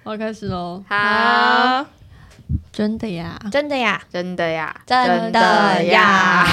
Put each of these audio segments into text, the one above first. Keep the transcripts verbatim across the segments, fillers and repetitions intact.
我要开始喽。 好， 真的呀， 真的呀， 真的呀， 真的呀。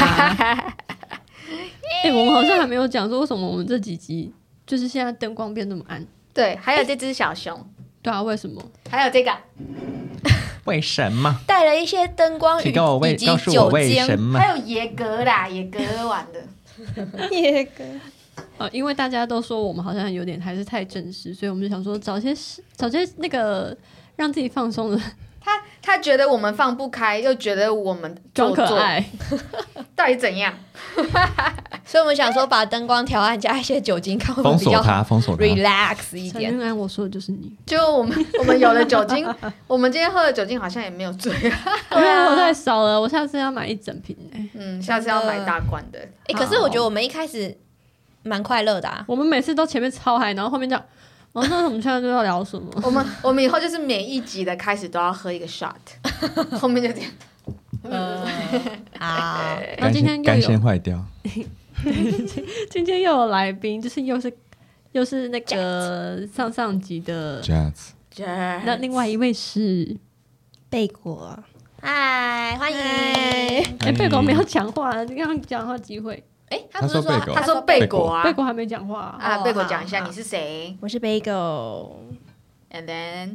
哎、欸，我们好像还没有讲说为什么我们这几集就是现在灯光变那么暗。 对，还有这只小熊。 对啊，为什么？ 还有这个。 为什么？ 带了一些灯光以及酒精， 还有野格啦，野格玩的。 野格。 呃，因为大家都说我们好像有点还是太正式，所以我们就想说找些找些那个让自己放松的。 他他觉得我们放不开，又觉得我们装可爱， 到底怎样？ 所以我们想说把灯光调暗，加一些酒精，看会不会比较封锁它，封锁它 ，relax 一点。 陈云安，我说的就是你。 就我们我们有了酒精，我们今天喝的酒精好像也没有醉啊， 因为我太少了，我下次要买一整瓶哎、欸。 嗯，下次要买大罐的。 哎、欸，可是我觉得我们一开始蛮快乐的啊， 我们每次都前面超嗨，然后后面这样。哦，那我们现在就要聊什么？ 我们我们以后就是每一集的开始都要喝一个 shot， 后面就这样。 嗯，好。 然后今天又有肝先坏掉。 今天又有来宾，就是又是又是那个上上集的 Jazz， 那另外一位是贝果。嗨，欢迎。哎、 欸，贝果没有讲话，你刚刚讲话机会。 哎、欸，他不是说他说贝果啊， 贝果还没讲话啊。 啊，贝果讲一下你是谁？ 我是贝果 ，and then，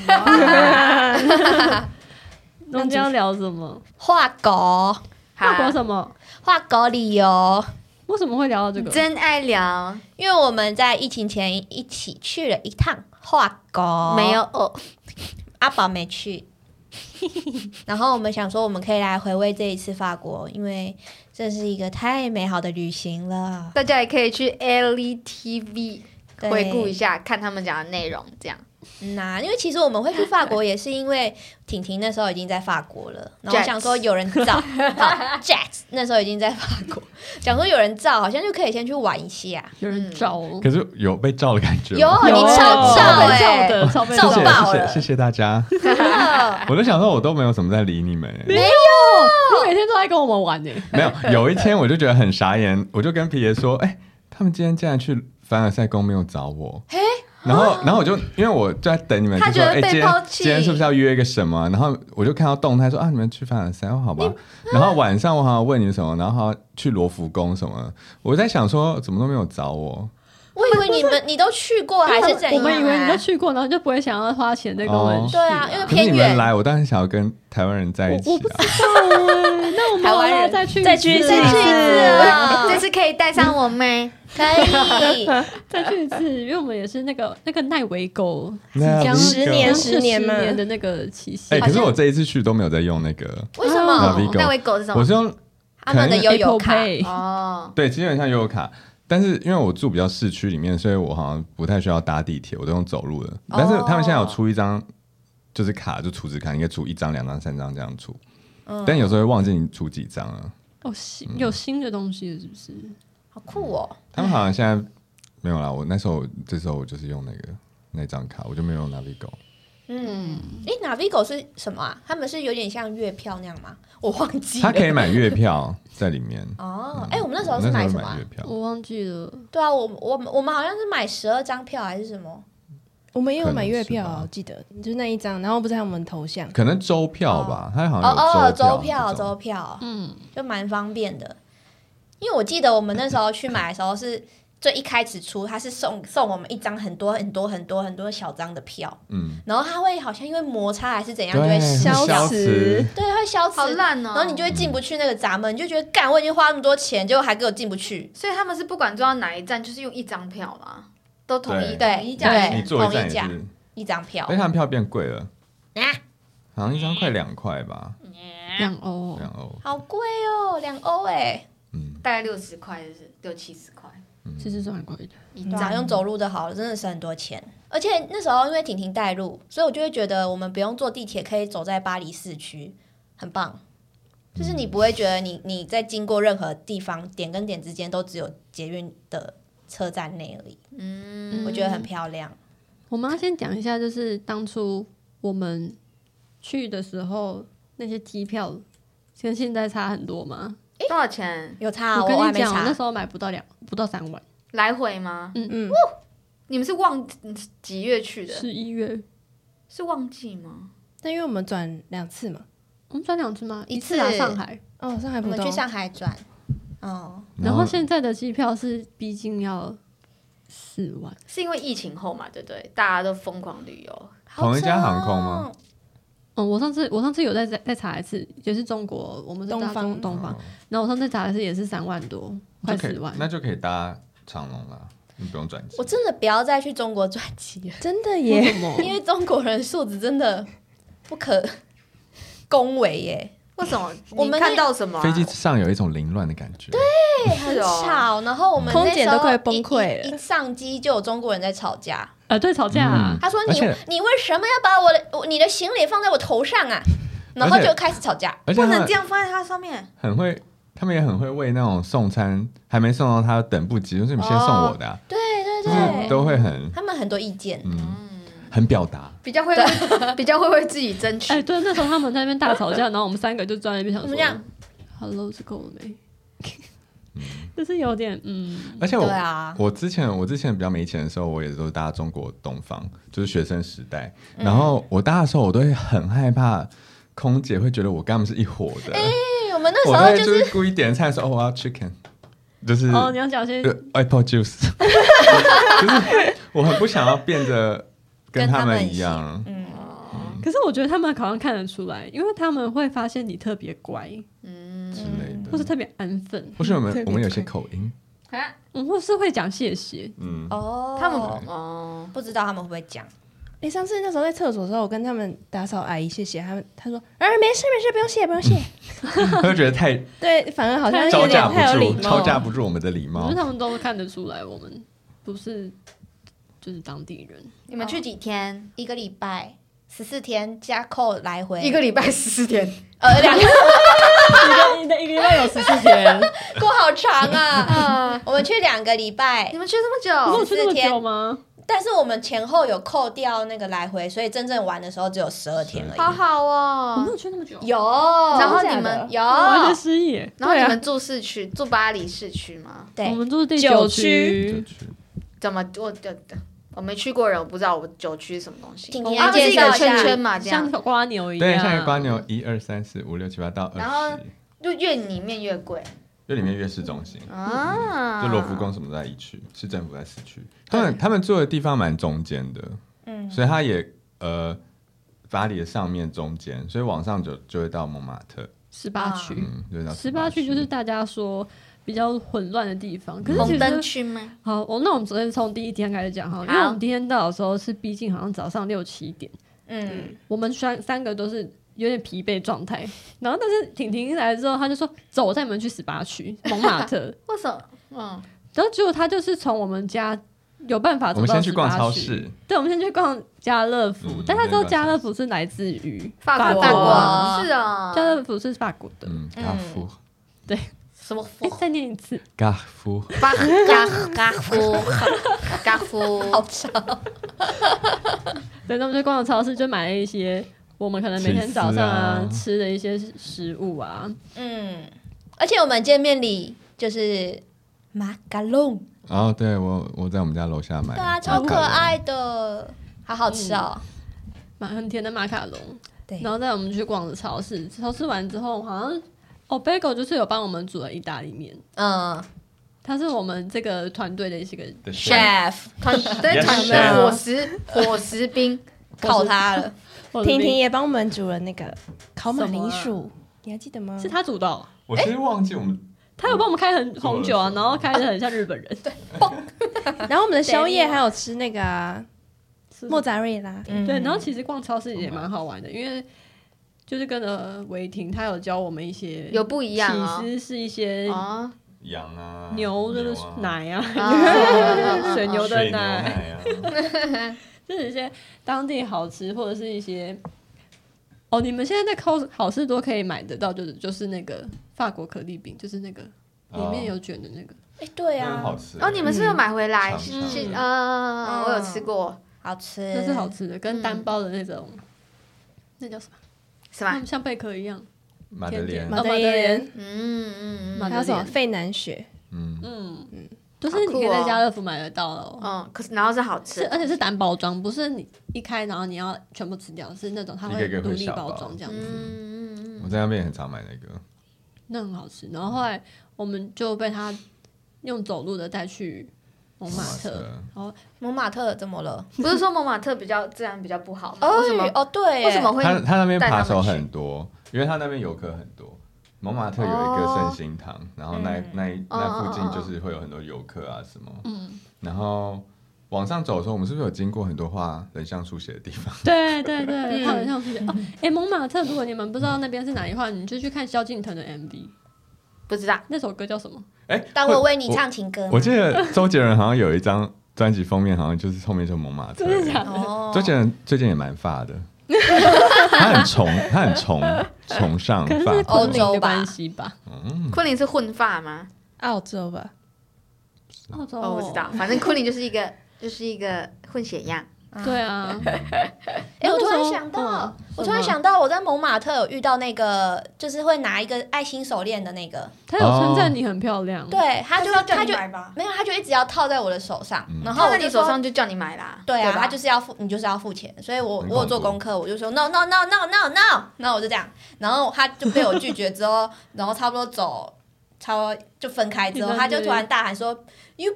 我们今天要聊什么？ 画狗， 画狗什么？ 画狗理由。 为什么会聊到这个？ 真爱聊， 因为我们在疫情前一起去了一趟画狗， 没有哦， 阿宝没去。然后我们想说，我们可以来回味这一次法国，因为这是一个太美好的旅行了。 大家也可以去 L E T V 回顾一下，看他们讲的内容，这样。 嗯啊，因为其实我们会去法国，也是因为婷婷那时候已经在法国了，然后想说有人造，好 Jazz 那时候已经在法国，想说有人造，好像就可以先去玩一下。 有人照、哦， 可是有被照的感觉吗？ 有，你超照哎、 欸，超照爆了， 谢谢谢谢大家。我都想说，我都没有什么在理你们、欸， 没有，你每天都在跟我们玩呢、欸。 没有，有一天我就觉得很傻眼，我就跟皮爷说，哎、欸，他们今天竟然去凡尔赛宫没有找我。 嘿。 然后，然后我就因为我就在等你们，就说哎、欸，今天今天是不是要约一个什么？然后我就看到动态说啊，你们去凡尔赛哦，好吧。然后晚上我好像问你什么，然后好像去罗浮宫什么，我在想说怎么都没有找我。 我以为你们你都去过还是怎样、啊？ 我们以为你都去过，然后就不会想要花钱再跟我们去、啊。 对啊，因为偏远。可是你们来，我当然想要跟台湾人在一起、啊。 我, 我不知道哎、欸，那我们台湾人再去再去一次，再去一次啊！这次可以带上我吗？ 可以， 再去一次，因为我们也是那个那个奈维狗即将十年十年十年的那个期限。 哎、欸，可是我这一次去都没有在用那个。 为什么？ 奈维狗是什么？ 我是用他们的悠游卡哦。 对，基本上悠游卡。但是因为我住比较市区里面，所以我好像不太需要搭地铁，我都用走路的。但是他们现在有出一张就是卡，就储值卡，应该出一张、两张、三张这样出。嗯、但有时候会忘记你出几张啊。 哦，新有新的东西了是不是？ 好酷哦！ 他们好像现在没有啦。我那时候这时候我就是用那个那张卡，我就没有用 Navigo。 嗯，哎、欸、，Navigo 是什么啊？他们是有点像月票那样吗？我忘记了。 他可以买月票在里面。 哦，哎、嗯欸，我们那时候是买什么、啊？ 月票我忘记了。 对啊，我我我们好像是买十二张票还是什么？ 我们也有买月票啊，我记得就是那一张，然后不是还有我们头像？ 可能周票吧，他、哦、好像有哦哦周票周票，嗯，就蛮方便的。因为我记得我们那时候去买的时候是最一开始出，他是送送我们一张很多很多很多很多小张的票，嗯，然后他会好像因为摩擦还是怎样就会消磁，对，会消磁， 好烂哦。 然后你就会进不去那个闸门，你就觉得干，我已经花那么多钱，结果还给我进不去。 所以他们是不管坐到哪一站，就是用一张票嘛，都统一对统一价钱， 你坐一站也是一张票， 而且他们票变贵了， 啊， 好像一张快两块吧， 两欧， 两欧， 好贵哦，两欧哎。 嗯，大概六十块，就是六七十块， 其实是蛮贵的。 一张用走路的好了，真的省很多钱。而且那时候因为婷婷带路，所以我就会觉得我们不用坐地铁，可以走在巴黎市区，很棒。就是你不会觉得你你在经过任何地方点跟点之间都只有捷运的车站内而已。嗯，我觉得很漂亮。 我们要先讲一下，就是当初我们去的时候，那些机票跟现在差很多吗？ 多少钱？ 有差， 我跟你讲， 我那时候买不到两不到三万来回吗？ 嗯嗯。 你们是旺几月去的？ 十一月。 是旺季吗？ 但因为我们转两次嘛， 我们转两次吗？ 一次来上海， 哦，上海浦东我们去上海转，哦， 然后现在的机票是逼近要四万， 是因为疫情后嘛，对不对？大家都疯狂旅游。 同一家航空吗？ 嗯，我上次我上次有再再查一次，也是中国，我们是搭东方中东方，然后我上次查一次也是三万多，快四万， 那就可以搭长龙了。你不用转机， 我真的不要再去中国转机了， 真的耶！ 因为中国人素质真的不可恭维耶。 为什么？ 我们你看到什么、啊？ 飞机上有一种凌乱的感觉， 对，很哦吵。然后我们空姐那时候都快崩溃了一一一上机就有中国人在吵架。 呃，对，吵架啊， 嗯他说你而且你为什么要把我的我你的行李放在我头上啊？然后就开始吵架。 而且他们不能这样放在它上面。 很会，他们也很会为那种送餐还没送到他等不及，就是你们先送我的、啊， 对对就是对， 都会很他们很多意见。 嗯很表达。 比较会为比较会为自己争取。 哎，对，那时候他们在那边大吵架，然后我们三个就坐在那边想说我们这样 ，Hello，是够了没？就是有点嗯， 而且我、 对啊我之前我之前比较没钱的时候，我也都是搭中国东方，就是学生时代。然后我搭的时候，我都会很害怕空姐会觉得我跟他们是一伙的。 哎，我们那时我候就会就是是故意点菜说哦我要 chicken， 就是哦，你要讲些就 apple juice， 就是我很不想要变得跟他们一样。 嗯， 可是我觉得他们好像看得出来，因为他们会发现你特别乖， 嗯之类的， 或是特别安分， 或是我们特别我们有些口音， 啊， 嗯，或是会讲谢谢。 嗯， 哦， 他们哦， 不知道他们会不会讲。 哎，上次那时候在厕所的时候，我跟他们打扫阿姨谢谢他们，他说，啊，没事没事，不用谢不用谢。 他就觉得太对，反而好像招有点架不住， 太有礼貌招。架不住我们的礼貌我觉得。他们都看得出来，我们不是就是当地人。 你们去几天？ 一个礼拜十四天加扣来回， 一个礼拜十四天。 呃两个你的一个礼拜有十四天， 过好长啊！ 啊， 我们去两个礼拜你，们去这么你有久？ 去那么久吗？ 但是我们前后有扣掉那个来回，所以真正玩的时候只有十二天而已。 好好哦我没。有去那么久， 有， 然后真的假的你们有， 我完全失忆。 然后你对啊们住市区，住巴黎市区吗？ 我对， 们住第九区区， 怎么我的我没去过人，我不知道我九区是什么东西。 婷婷它是一个介绍一下圈圈嘛，这像样瓜牛一样， 对，像一个瓜牛，一二三四五六七八到然后二十， 就越里面越贵就里面越市中心， 啊。 就罗浮宫什么都在一区，市政府在市区。他们他们住的地方蛮中间的， 嗯， 所以它也呃巴黎的上面中间，所以往上就就会到蒙马特， 十八区， 嗯，就会到十八区就是大家说比较混乱的地方。可是其红灯实区吗？ 好，我那我们昨天从第一天开始讲哈，因为我们第一天到的时候是逼近好像早上六七点， 嗯， 我们三三个都是有点疲惫状态，然后但是婷婷一来之后，他就说走，我带你们去十八区蒙马特， 为什么？嗯， 然后结果他就是从我们家有办法走到我们先去逛十八区， 超市， 对，我们先去逛家乐福， 嗯但他知道家乐福是来自于法国国， 国是啊， 家乐福是法国的。 嗯，嘎夫什么哎、再念一次， 嘎夫， 巴嘎嘎夫嘎夫， 好长， 对，那我们就逛了超市，就买了一些我们可能每天早上啊起司啊吃的一些食物啊。 嗯，而且我们见面礼就是马卡龙， 然后对我我在我们家楼下买， 对啊，超可爱的，好好吃哦。 马很甜的马卡龙， 对然后再我们去逛了超市，超市完之后好像哦，Bagel 就是有帮我们煮了意大利面， 嗯他是我们这个团队的一些个的 ，chef 团对 Yes, 团 chef 队伙食伙食兵， 靠他了， 婷婷也帮我们煮了那个烤马什么啊铃薯，你还记得吗？ 是他煮的哦、 我其实忘记我们他有帮我们开很红酒啊， 做了什么然后开的很像日本人，对然后我们的宵夜还有吃那个啊莫扎瑞拉， 嗯对，然后其实逛超市也蛮好玩的，因为就是跟着维婷，他有教我们一些有不一样哦起司是一些哦， 羊啊， 牛的啊奶啊， 啊水牛的水牛奶， 奶啊， 就是一些当地好吃或者是一些。哦，你们现在在考好事多可以买得到，就是就是那个法国可丽饼，就是那个里面有卷的那个， 哎，对那个好啊， 吃。 哦，你们是不是有买回来？ 嗯是嗯是呃，我有吃过， 好吃， 那是好吃的，跟单包的那种，那叫什么？ 是吧？ 像贝壳一样， 马德莲甜， 马德莲， 嗯嗯嗯， 马德还有什么莲， 费南雪， 嗯， 嗯， 就是你可以在家乐福买得到哦。 嗯，可是然后是好吃是，而且是单包装，不是你一开然后你要全部吃掉，是那种它会一个一个独立会小包包装这样子。 嗯嗯嗯， 我在那边也很常买那个。 那很好吃。然后后来我们就被他用走路的带去蒙马特，然后蒙马特怎么了？ 不是说蒙马特比较治安比较不好吗？ 哦为什么？ 哦，对耶， 为什么会他他那边带他们扒手去很多，因为他那边游客很多。蒙马特有一个圣心堂，然后那嗯那一那附近就是会有很多游客啊什么。嗯，然后往上走的时候，我们是不是有经过很多画人像书写的地方？ 对对对，他很像是哦，哎，蒙马特，如果你们不知道那边是哪里的话，你就去看萧敬腾的 M V， 不知道？ 那首歌叫什么？ 哎， 当我为你唱情歌吗， 我记得周杰伦好像有一张专辑封面，好像就是后面就是蒙马特。 真的假的？ 哦， 周杰伦最近也蛮发的，他很崇，他很崇崇尚可能是发。 欧昆凌洲吧的关系吧？ 嗯， 昆凌是混发吗？ 澳洲吧， 澳洲哦，我知道，反正昆凌就是一个就是一个混血样。 对啊， 哎、我突然想到， 嗯我突然想到，我在蒙马特有遇到那个，就是会拿一个爱心手链的那个， 他有称赞你很漂亮。 对，他就他就吧， 没有，他就一直要套在我的手上， 嗯然后套在你我就说手上就叫你买啦。 对啊， 吧他就是要付，你就是要付钱，所以我很我有做恐怖功课，我就说 no no no no no no，然后我就这样，然后他就被我拒绝之后，然后差不多走，差不多就分开之后，他就突然大喊说 you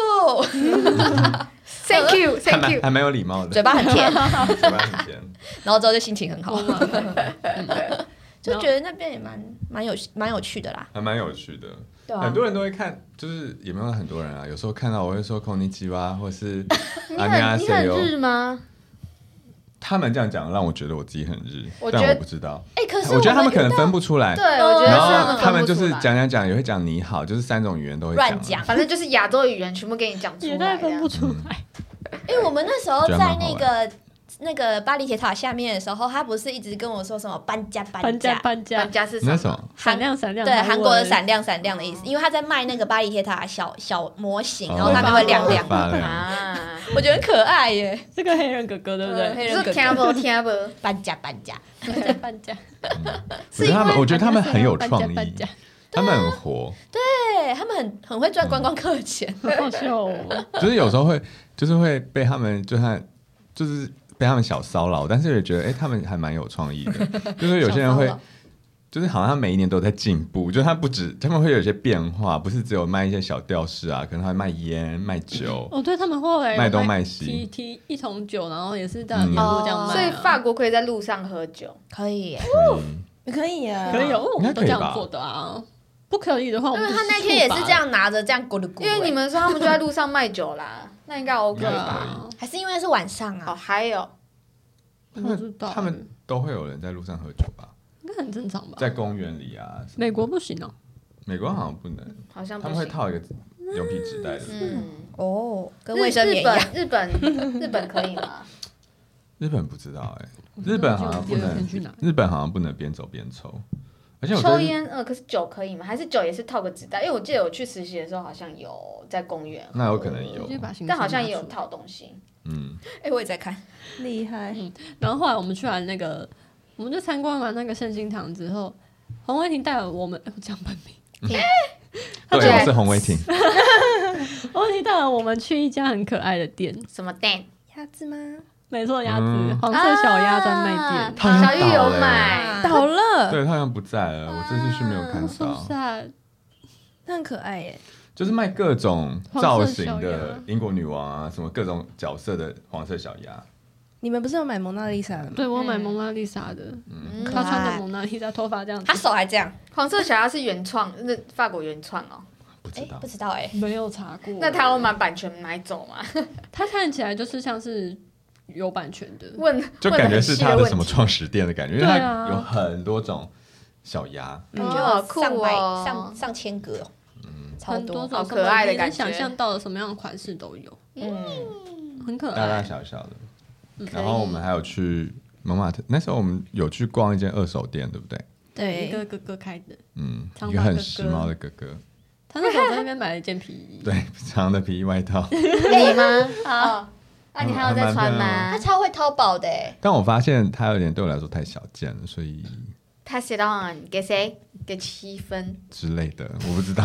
beautiful， Thank you, 还 Thank 蛮 you。 还蛮有礼貌的， 嘴巴很甜， 嘴巴很甜。 然后之后就心情很好， 蒙马特就觉得那边也蛮蛮有蛮有趣的啦， 还蛮有趣的。 对啊很多人都会看，就是也没有很多人啊。有时候看到我会说こんにちは，或是你 안녕하 很你很 세요。 日吗？ 他们这样讲让我觉得我自己很日， 我觉得但我不知道。 哎、可是我觉得他们可能遇到分不出来。 对，我觉得然是后他们就是分不出来讲讲讲，也会讲你好，就是三种语言都会乱讲。 反正就是亚洲语言全部给你讲出也来太分不的。 出来。 因为我们那时候在觉得蛮好玩那个那个巴黎铁塔下面的时候，他不是一直跟我说什么搬家搬搬家， 家搬家搬，家是那什什么？ 么？ 闪亮闪亮， 对，韩国的闪。 闪亮闪亮的意思，因为他在卖那个巴黎铁塔的小小模型， 哦然后上面会亮亮， 发亮。 啊， 我觉得很可爱耶。 这个黑人哥哥对不对？ 就是黑人哥哥 Campbell Campbell。 搬家搬家， 搬家搬家， 我觉得他们，我觉得他们很有搬家创意搬家， 他们很活。 对他们很很会赚观光客的钱。 很好笑哦。 就是有时候会，就是会被他们，就他就是被他们小骚扰，但是也觉得，哎、他们还蛮有创意的。就是有些人会小骚扰， 就是好像他每一年都在进步，就是他不止，他们会有一些变化，不是只有卖一些小吊饰啊，可能还会卖烟、卖酒。 哦，对他们后来有卖东卖西提提一桶酒，然后也是在沿路这样卖啊。 所以法国可以在路上喝酒。 可以耶， 嗯， 可以啊， 可以有，我们都这应该可以吧样做的啊。不可以的话，我因为们就是他那天也处罚是这样拿着这样咕噜咕噜耶， 因为你们说他们就在路上卖酒啦，那应该 OK 对吧？ 啊， 还是因为是晚上哦， 啊， 还有他不知道们他们都会有人在路上喝酒吧， 应该很正常吧？ 在公园里啊。什么美国不行哦， 美国好像不能， 好像他不行。 们会套一个牛皮纸袋的。 嗯， 哦，跟日卫生棉一样。 日本日本日本可以吗？ 日本不知道哎、日本好像不第二能天去哪？ 日本好像不能边走边抽，而且我对抽烟，呃，可是酒可以吗？还是酒也是套个纸袋？因为我记得我去实习的时候好像有在公园， 那有可能有直，接把行李但好像也有拿出来。 套东西。 嗯， 哎，我也在看， 厉害， 然后后来我们去完那个，我们就参观完那个圣心堂之后，洪伟霆带了我们，哎我讲本名， 对， 觉得我是洪伟霆， 洪伟霆带了我们去一家很可爱的店， 什么蛋？ 鸭子吗？ 没错，鸭子嗯黄色小鸭专卖啊店。 他好像小玉有倒了买， 倒了， 对他好像不在了，我这次去没有看是不到是，啊？ 那很可爱耶。 就是卖各种造型黄色小的鸭英国女王啊，什么各种角色的黄色小鸭， 你们不是有买蒙娜丽莎的吗？ 对，我买蒙娜丽莎的， 嗯她穿着蒙娜丽莎，头发这样子他。手还这样， 黄色小鸭是原创，那法国原创哦。 哎， 不知道不知道哎， 没有查过。 那他会把版权买走吗？ 它看起来就是像是有版权的。 问就感觉是他的什么创？ 创始店的感觉，因为对啊它有很多种小鸭， 就哦有上百酷哦上上千个哦，超多， 很多种好可爱的感觉什么你能想象到的什么样的款式都有， 嗯， 很可大大爱。 小小的。 嗯然后我们还有去蒙马特，那时候我们有去逛一间二手店，对不对？ 一个对， 哥哥开的， 嗯， 长发哥哥一个很时髦的哥哥， 他那时候在那边买了一件皮衣， 对，长的皮衣外套。 你吗？哦，那你还有在穿吗他？超会淘宝的哎， 但我发现它有点对我来说太小件了，所以他写到给谁？给七分。 之类的，我不知道。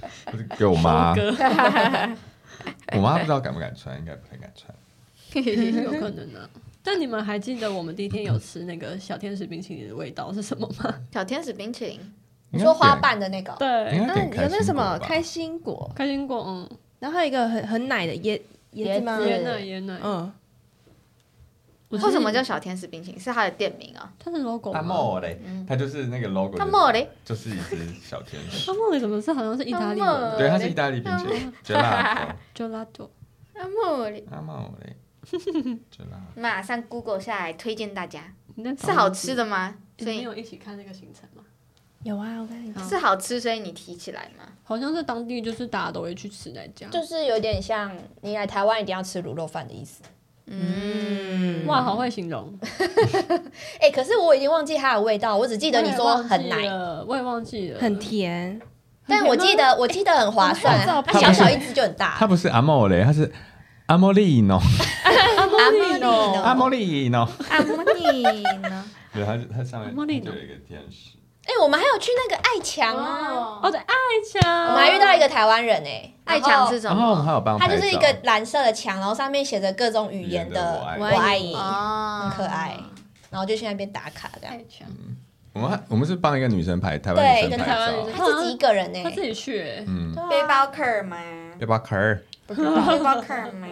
就是给我妈，我妈不知道敢不敢穿，应该不太敢穿。 有可能啊。但你们还记得我们第一天有吃那个小天使冰淇淋的味道是什么吗？ 小天使冰淇淋， 你说花瓣的那个？ 对， 啊，有那什么开心果， 开心果，嗯， 然后还有一个很很奶的椰椰子吗？ 椰奶，椰奶， 嗯。 为什么叫小天使冰淇淋？是它的店名啊？ 它是 logo 吗？ 阿莫嘞，它就是那个 logo。 阿莫嘞， 就是一只小天使。 阿莫嘞怎么是好像是意大利文？ 对，它是意大利冰淇淋。gelato。 gelato。 阿莫嘞。 阿莫嘞。gelato。 马上 Google 下来推荐大家。是好吃的吗？ 所以你有一起看那个行程吗？ 有啊，我跟你讲。是好吃，所以你提起来吗？ 好像是当地就是大家都会去吃那家。 就是有点像你来台湾一定要吃卤肉饭的意思。 嗯，哇，好会形容。 哎、欸，可是我已经忘记它的味道，我只记得你说很奶， 我也忘记了， 很甜。 但我记得我记得很划算，它小小一只就很大。 它不是阿莫嘞，它是阿莫利诺。 阿莫利诺， 阿莫利诺， 阿莫利诺。 对，它它上面就有一个天使。 哎、欸，我们还有去那个爱强啊！ 哦，对，爱强， 我们还遇到一个台湾人哎、欸， 爱强是什么？ 然后我们还有帮他就是一个蓝色的墙，然后上面写着各种语言的“我爱你”，很可爱。然后就去那边打卡这样。 爱强， 嗯，我们我们是帮一个女生拍台湾女生拍照， 他自己一个人呢， 他自己去， 嗯， 背包客吗？ 背包客， 背包客吗？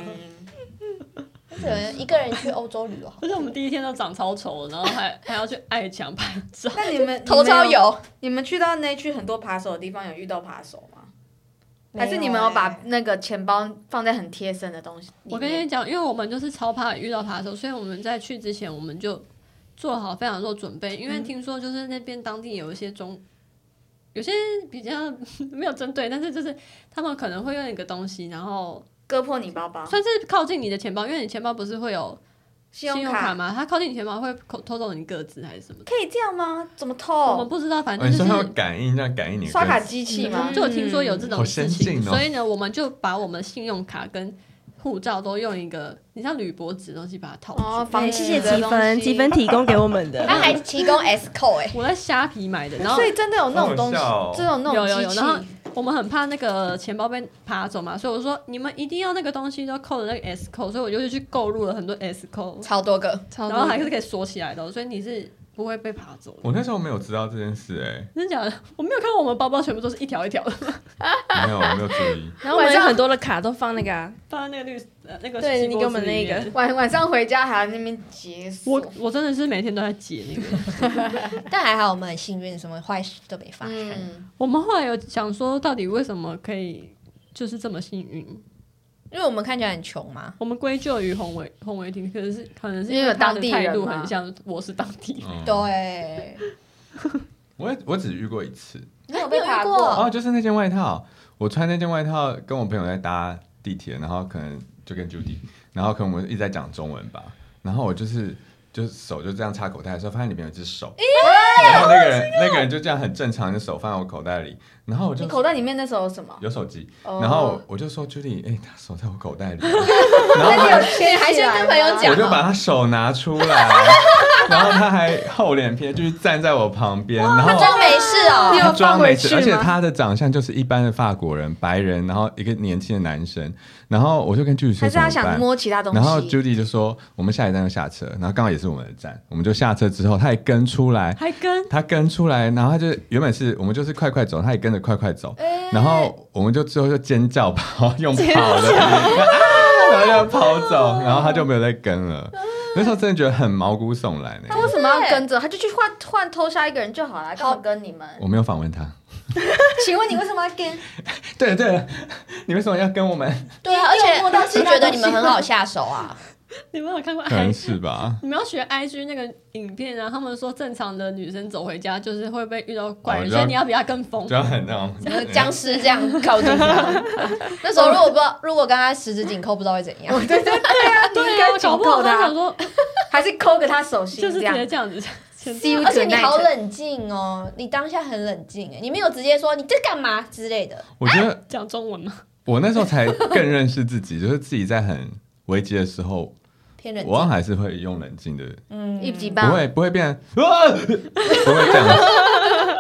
一个人去欧洲旅游， 而且我们第一天都长超丑，然后还还要去爱强拍照。 那你们头超油， 你们去到那区很多扒手的地方，有遇到扒手吗？还是你们有把那个钱包放在很贴身的东西？ 我跟你讲，因为我们就是超怕遇到扒手，所以我们在去之前我们就做好非常多准备，因为听说就是那边当地有一些中。有些比较没有针对，但是就是他们可能会用一个东西，然后割破你包包， 算是靠近你的钱包，因为你钱包不是会有信用卡吗？它靠近你钱包会偷走你个资还是什么？ 可以这样吗？怎么偷？ 我们不知道，反正就是哦、感应，这样感应你刷卡机器吗？ 就有听说有这种事情， 哦、 所以呢，我们就把我们信用卡跟护照都用一个你像铝箔纸的东西把它套住。 哦， 谢谢积分，积分提供给我们的。 他还提供 S 扣哎， 我在虾皮买的，然后所以真的有那种东西，真的有那种有有有，然后我们很怕那个钱包被扒走嘛，所以我说你们一定要那个东西都扣的那个 S 扣，所以我就去购入了很多 S 扣， 超多个， 然后还是可以锁起来的，所以你是不会被扒走的。 我那时候没有知道这件事哎、欸， 真的假的？我没有看过我们包包全部都是一条一条的， 没有，我没有注意。 然后我们有很多的卡都放那个、啊， 放在那个绿呃那个对你给我们那个晚晚上回家还要那边解锁。 我我真的是每天都在解那个， 但还好我们很幸运，什么坏事都没发生。 嗯、 我们后来有想说，到底为什么可以就是这么幸运？ 因为我们看起来很穷嘛， 我们归咎于洪伟洪伟霆，可是可能是因为他的态度很像我是当地人。 嗯、 对， 我我只遇过一次， 你有被扒过？ 哦，就是那件外套，我穿那件外套跟我朋友在搭地铁，然后可能就跟 Judy， 然后可能我们一直在讲中文吧，然后我就是就是手就这样插口袋的时候，发现里面有一只手，然后那个人那个人就这样很正常的手放在我口袋里，然后我就你口袋里面那时候有什么？ 有手机， oh. 然后我就说 Judy， 哎、欸，他手在我口袋里， 然后你有牵还先跟朋友讲、哦， 我就把他手拿出来，然后他还厚脸皮，就是站在我旁边，然后他装没事哦， 他装没事，而且他的长相就是一般的法国人，白人，然后一个年轻的男生，然后我就跟 Judy 说， 还是他想摸其他东西， 然后 Judy 就说我们下一站就下车，然后刚好也是我们的站，我们就下车之后，他也跟出来， 还跟他跟出来，然后他就原本是我们就是快快走，他也跟着快快走，欸、然后我们就之后就尖叫跑，用跑的，然后就跑走，然后他就没有再跟了。那时候真的觉得很毛骨悚然、欸、 他为什么要跟着？他就去换换偷下一个人就好了，干嘛跟你们？ 我没有访问他。 请问你为什么要跟？ 对了对了，你为什么要跟我们？ 对啊，而且他是觉得你们很好下手啊。 你们有看过 I G？ 可能是吧。 你们要学 I G 那个影片啊，他们说正常的女生走回家就是会被遇到怪人，哦、所以你要比他更疯， 就要很那种僵尸这样靠近他。那时候如果不知道，如果跟他十指紧扣，不知道会怎样。 对对对啊，你应该紧扣他， 想说还是抠个他手心， 就是直接这样子。 而且你好冷静哦，你当下很冷静哎，你没有直接说你在干嘛之类的。 我觉得讲中文吗？ 我那时候才更认识自己，就是自己在很危机的时候。我还是会用冷静的， 嗯，一级棒，不会不会变，啊、不会这样，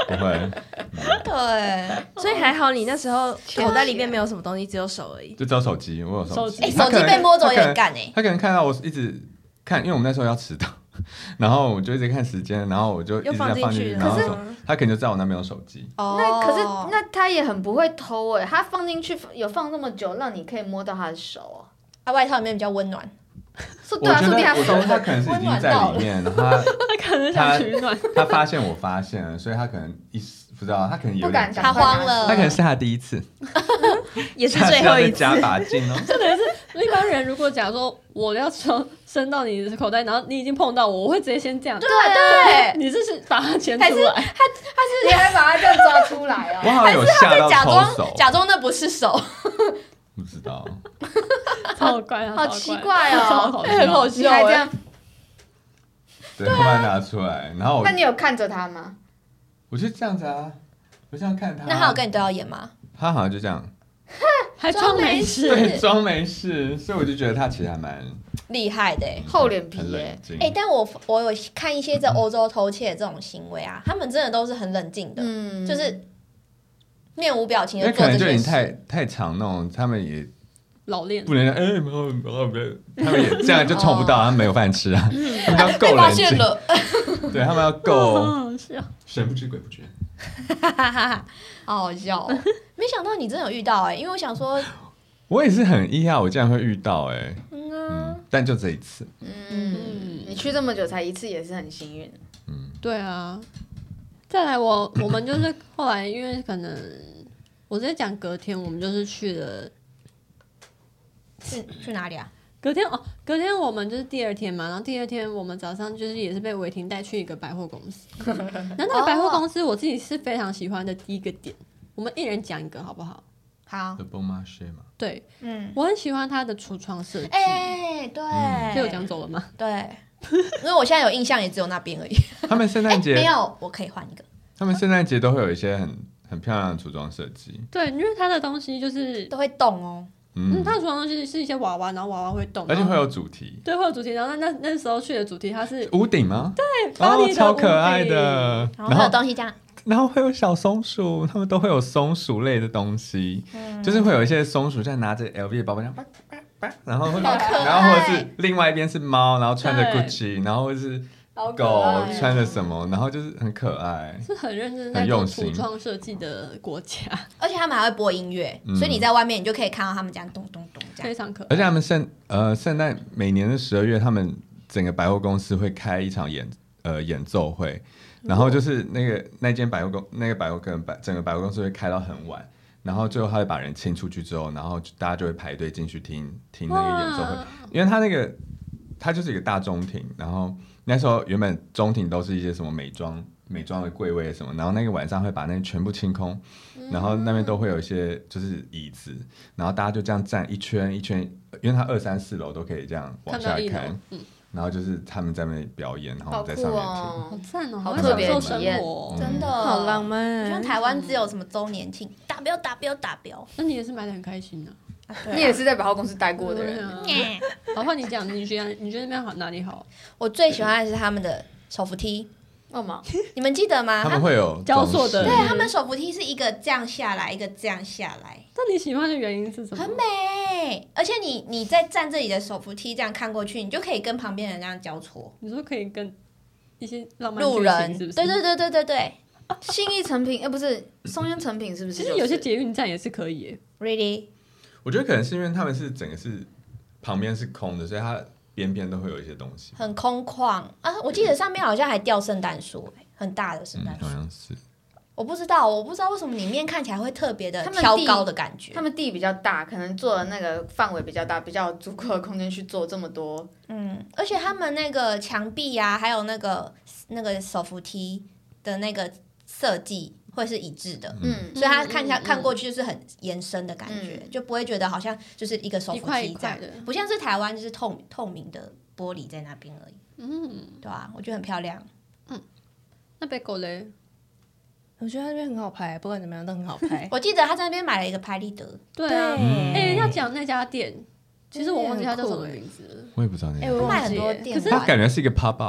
不会。 对， 所以还好你那时候口袋里面没有什么东西，只有手而已。 就只有手机，我有手机。 哎，手机被摸走有点干哎。 他可能看到我一直看，因为我们那时候要迟到，然后我就一直看时间，然后我就一直在放进去，然后他可能就知道我那边有手机。 哦，那可是那他也很不会偷哎，他放进去有放那么久，让你可以摸到他的手哦。 他外套里面比较温暖。 说对啊，说对他手他可能是已经在里面，然后他他可能想取暖， 他发现我发现了，所以他可能一不知道，他可能有点他慌了， 他可能是他第一次， 也是最后一次， 加把劲哦。 真的是一般人，如果假如说我要说伸到你的口袋，然后你已经碰到我，我会直接先这样。 对对， 你这是把它牵出来， 他他是你还把它这样抓出来哦？ 我好像有吓到假装手， 假装那不是手。 不知道， 超乖啊， 好奇怪哦， 很好笑还这样， 对，他把它拿出来，然后我， 那你有看着他吗？ 我就这样子啊，我这样看他。 那他有跟你对到眼吗？ 他好像就这样， 还装没事， 对，装没事，所以我就觉得他其实还蛮厉害的， 厚脸皮耶。 哎，但我我有看一些在欧洲偷窃这种行为啊，他们真的都是很冷静的，嗯，就是。面无表情的做这些事， 可能就已经太太常弄，他们也老练， 不能哎，没有没有没有，他们也这样就冲不到，他们没有饭吃啊，他们要够冷静，对他们要够，神不知鬼不觉， 好好笑哦！没想到你真的有遇到哎，因为我想说， 我也是很意外，我竟然会遇到哎，嗯，但就这一次， 嗯，你去这么久才一次，也是很幸运， 嗯，对啊。再来我，我我们就是后来，因为可能我直接讲隔天，我们就是去了， 去去哪里啊？ 隔天哦，隔天我们就是第二天嘛，然后第二天我们早上就是也是被伟霆带去一个百货公司，那那个百货公司我自己是非常喜欢的第一个点，我们一人讲一个好不好？ 好。 The Bon Marché 嘛。 对，嗯， 我很喜欢它的橱窗设计。 哎，对， 这有讲走了吗？ 对。因为我现在有印象，也只有那边而已。 他们圣诞节、 欸、没有，我可以换一个。 他们圣诞节都会有一些很很漂亮的橱窗设计。 对，因为它的东西就是都会动哦。 嗯，它的橱窗东西是一些娃娃，然后娃娃会动， 而且会有主题。 对，会有主题。然后那那那时候去的主题，它是屋顶吗？ 对，巴黎的屋顶， 哦，超可爱的。 然后会有东西这样。 然后会有小松鼠，他们都会有松鼠类的东西，嗯、就是会有一些松鼠在拿着 L V 的包包这样。然后，然后或者是另外一边是猫，然后穿着 Gucci， 然后或者是狗穿着什么，然后就是很可爱， 是很认真在做橱窗设计的国家， 而且他们还会播音乐，嗯、所以你在外面你就可以看到他们这样咚咚咚这样， 非常可爱。 而且他们圣呃圣诞每年的十二月，他们整个百货公司会开一场演呃演奏会，然后就是那个那间百货公那个百货跟百整个百货公司会开到很晚。然后最后他会把人请出去之后，然后大家就会排队进去听听那个演奏会，因为他那个他就是一个大中庭，然后那时候原本中庭都是一些什么美妆美妆的柜位什么，然后那个晚上会把那全部清空，然后那边都会有一些就是椅子，然后大家就这样站一圈一圈，因为他二三四楼都可以这样往下看。然后就是他们在那边表演，然后我们在上面听， 好赞哦， 好特别的体验， 真的好浪漫。 像台湾只有什么周年庆，达标达标达标， 那你也是买的很开心的， 你也是在百货公司待过的人。 好，换你讲，你觉得你觉得那边好哪里好？ 我最喜欢的是他们的手扶梯。 哦吗？ 你们记得吗？ 他们会有雕塑的， 对，他们手扶梯是一个这样下来，一个这样下来。 那你喜欢的原因是什么？ 很美，而且你你在站这里的手扶梯这样看过去，你就可以跟旁边人这样交错。 你说可以跟一些浪漫路人， 是不是？ 对对对对对对。 信义成品，哎、欸，不是松烟成品，是不是、就是？ 其实有些捷运站也是可以耶。 Really？ 我觉得可能是因为他们是整个是旁边是空的，所以它边边都会有一些东西， 很空旷啊！我记得上面好像还吊圣诞树，很大的圣诞树、 嗯，好像是。 我不知道，我不知道为什么里面看起来会特别的挑高的感觉。 他们地比较大，可能做的那个范围比较大，比较有足够的空间去做这么多。 嗯，而且他们那个墙壁啊，还有那个那个手扶梯的那个设计会是一致的，嗯，所以它看起来、嗯、看过去就是很延伸的感觉、嗯，就不会觉得好像就是一个手扶梯这样，不像是台湾就是透透明的玻璃在那边而已。嗯，对啊，我觉得很漂亮。 嗯，那北狗嘞？ 我觉得他那边很好拍，不管怎么样都很好拍。 我记得他在那边买了一个拍立得。 对啊，哎、欸，要讲那家店，其实我忘记他叫什么名字了。 我也不知道那家店。 欸、我卖很多店， 可是他感觉是一个 pop up。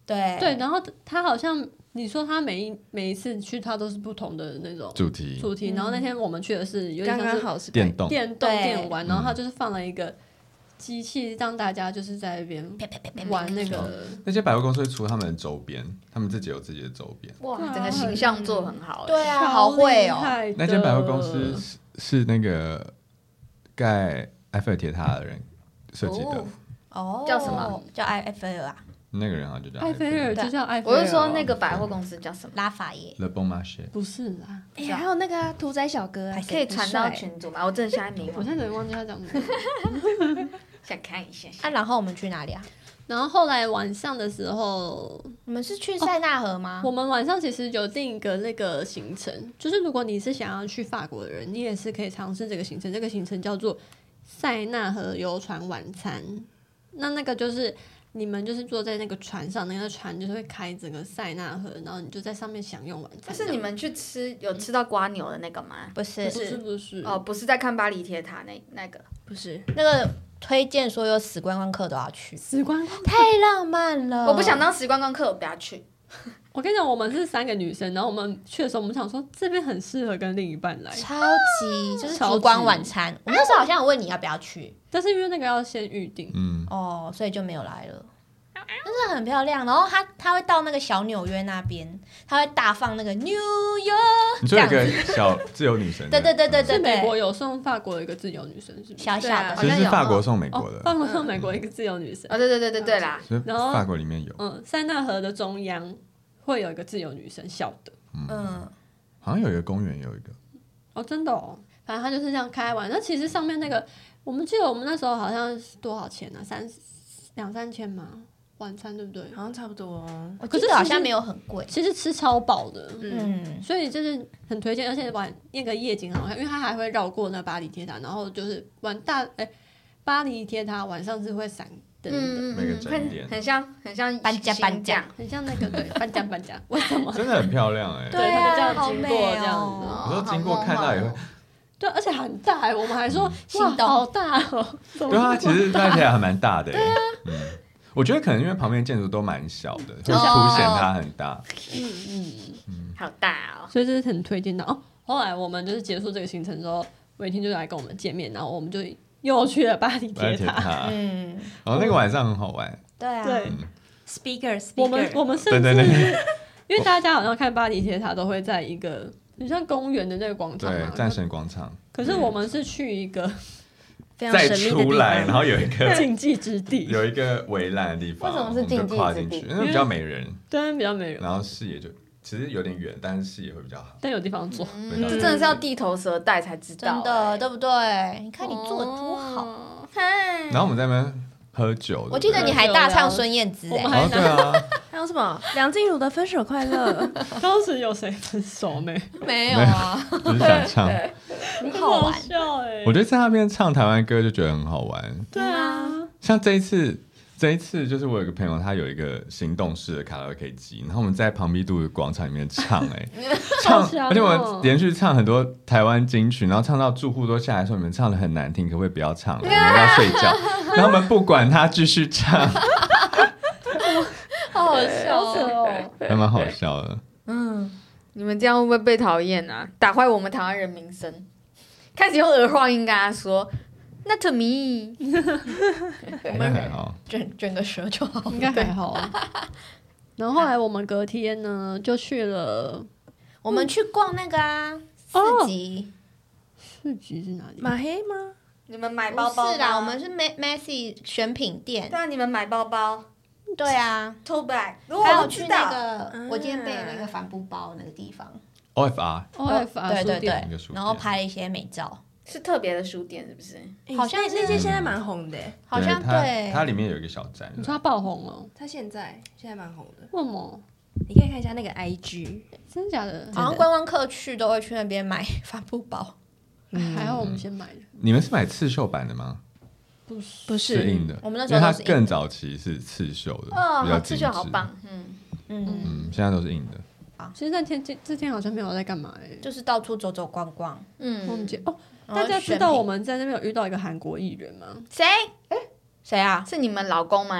对对，然后他好像你说他每一每一次去他都是不同的那种主题主题，然后那天我们去的是有点刚像是刚好是电动， 电动对电玩，然后他就是放了一个机器让大家就是在那边玩那个。 那些百货公司会出他们的周边，他们自己有自己的周边。 哇， 对啊整个形象做很好。 对啊，好会哦。 那间百货公司是是那个盖埃菲尔铁塔的人设计的， 哦， 叫什么？ 叫埃埃菲尔啊， 那个人好像就叫埃菲尔，就叫埃菲尔。 我是说那个百货公司叫什么？ 拉法耶。 Le Bon Marché。 不是啦， 哎、还有那个啊，屠宰小哥啊， 可以传到群组吗？我真的现在没有， 我现在有点忘记他讲什么。 想看一下。 啊，然后我们去哪里啊？ 然后后来晚上的时候， 我们是去塞纳河吗？ 我们晚上其实有定一个那个行程，就是如果你是想要去法国的人，你也是可以尝试这个行程。这个行程叫做塞纳河游船晚餐。那那个就是你们就是坐在那个船上，那个船就是会开整个塞纳河，然后你就在上面享用晚餐。 但是你们去吃有吃到瓜牛的那个吗？ 不是， 不是不是哦，不是在看巴黎铁塔那那个， 不是那个推荐所有死观光客都要去， 死观光。 太浪漫了。 我不想当时观光客，我不要去。 我跟你讲，我们是三个女生，然后我们去的时候，我们想说这边很适合跟另一半来， 超级就是超级烛光晚餐。我们那时候好像有问你要不要去， 但是因为那个要先预定。 嗯， 哦，所以就没有来了。真的很漂亮，然后他他会到那个小纽约那边，他会大放那个 New York， 你说有个小自由女神， 对对对对对是美国对， 有送法国的一个自由女生，是不是？ 小小的， 其实是法国送美国哦， 的， 法国送美国一个自由女生。 哦，对对对对对啦， 所以然后法国里面有， 嗯，塞纳河的中央会有一个自由女生，小的。 嗯， 好像有一个公园有一个， 哦，真的哦，反正他就是这样开玩。那其实上面那个，我们记得我们那时候好像是多少钱呢、啊？三两三千吗？晚餐对不对？ 好像差不多哦。 我记得好像没有很贵。 其实吃超饱的， 嗯， 所以就是很推荐，而且晚那个夜景很好看，因为它还会绕过那巴黎铁塔，然后就是晚大哎、巴黎铁塔晚上是会闪灯的， 嗯每个景点很很像很像搬家搬家新很像那个对搬家搬家，为什么？ 真的很漂亮哎。 对他就这样经过好美这样子哦。 有时候经过看到也会， 对，而且很大哎，我们还说心哇， 动好大哦。怎么对啊，其实那起来还蛮大的。对啊，嗯，我觉得可能因为旁边建筑都蛮小的，会凸显它很大。 嗯嗯， 好大哦。 所以这是很推荐的哦。后来我们就是结束这个行程之后，伟霆就来跟我们见面，然后我们就又去了巴黎巴黎铁塔。 铁塔， 嗯， 然后那个晚上很好玩， 对啊， 对， Speaker， 我们 speaker 我们甚对对至对因为大家好像看巴黎铁塔都会在一个很像公园的那个广场嘛， 对战神广场， 可是我们是去一个再非常神秘的地出来，然方。 后有一个禁忌之地， 有一个围栏的地方， 为什么是禁忌我们就跨之地进去，因为比较没人， 对，比较没人， 然后视野就其实有点远，但是视野会比较好。 但有地方坐。 嗯这真的是要地头蛇带才知道、 真的， 欸对不对？你看你做的多好。 哦， 嗨然后我们在那边喝酒， 我记得你还大唱孙燕姿我们哎， 哦对啊， 还有什么梁静茹的《分手快乐》 当时有谁分手没？ 没有啊， 就是想唱。 很好玩。 笑哎、 我觉得在那边唱台湾歌就觉得很好玩， 对啊， 像这一次。这一次就是我有一个朋友，他有一个行动式的卡拉 OK 机，然后我们在庞毕度的广场里面唱、欸，哎，唱， 好强哦而且我们连续唱很多台湾金曲，然后唱到住户都下来说你们唱的很难听，可不可以不要唱了，我们要睡觉。然后我们不管他，继续唱， 好好笑哦。 哦。 还蛮好笑的。 嗯，你们这样会不会被讨厌啊？打坏我们台湾人名声。开始用儿化音跟他说 ，Not to me。 应该还好。 卷卷个舌就好。 应该还好啊。然后后来我们隔天呢，就去了我们去逛那个啊，四级。 市集是哪里？ 马黑吗？ 你们买不包包吗是啦，我们是 Ma- Massy 选品店对。啊，你们买包包对啊， ，tote bag。如果还我知道有去那个嗯我今天背的那个帆布包那个地方。 O F R O F R 对对书店对一个书，店然后拍了一些美照， 是特别的书店，是不是？ 诶好像是那那间现在蛮红的耶， 好像对它对。 它里面有一个小展你说它爆红了？ 它现在现在蛮红的。 为什么？ 你可以看一下那个 I G， 真的假的？ 好像观光客去都会去那边买帆布包。 还好我们先买的， 你们是买刺绣版的吗？ 不是不是硬的， 我们那因为它时候都是硬的更早期是刺绣的， 哦，好， 比较精致刺绣好。棒，嗯， 嗯， 嗯，现在都是硬的。 其实那天这这天好像没有在干嘛哎、 就是到处走走逛逛。 嗯， 我们记哦， 然后大家知选品道我们在那边有遇到一个韩国艺人吗？ 谁？ 谁啊？ 是你们老公吗？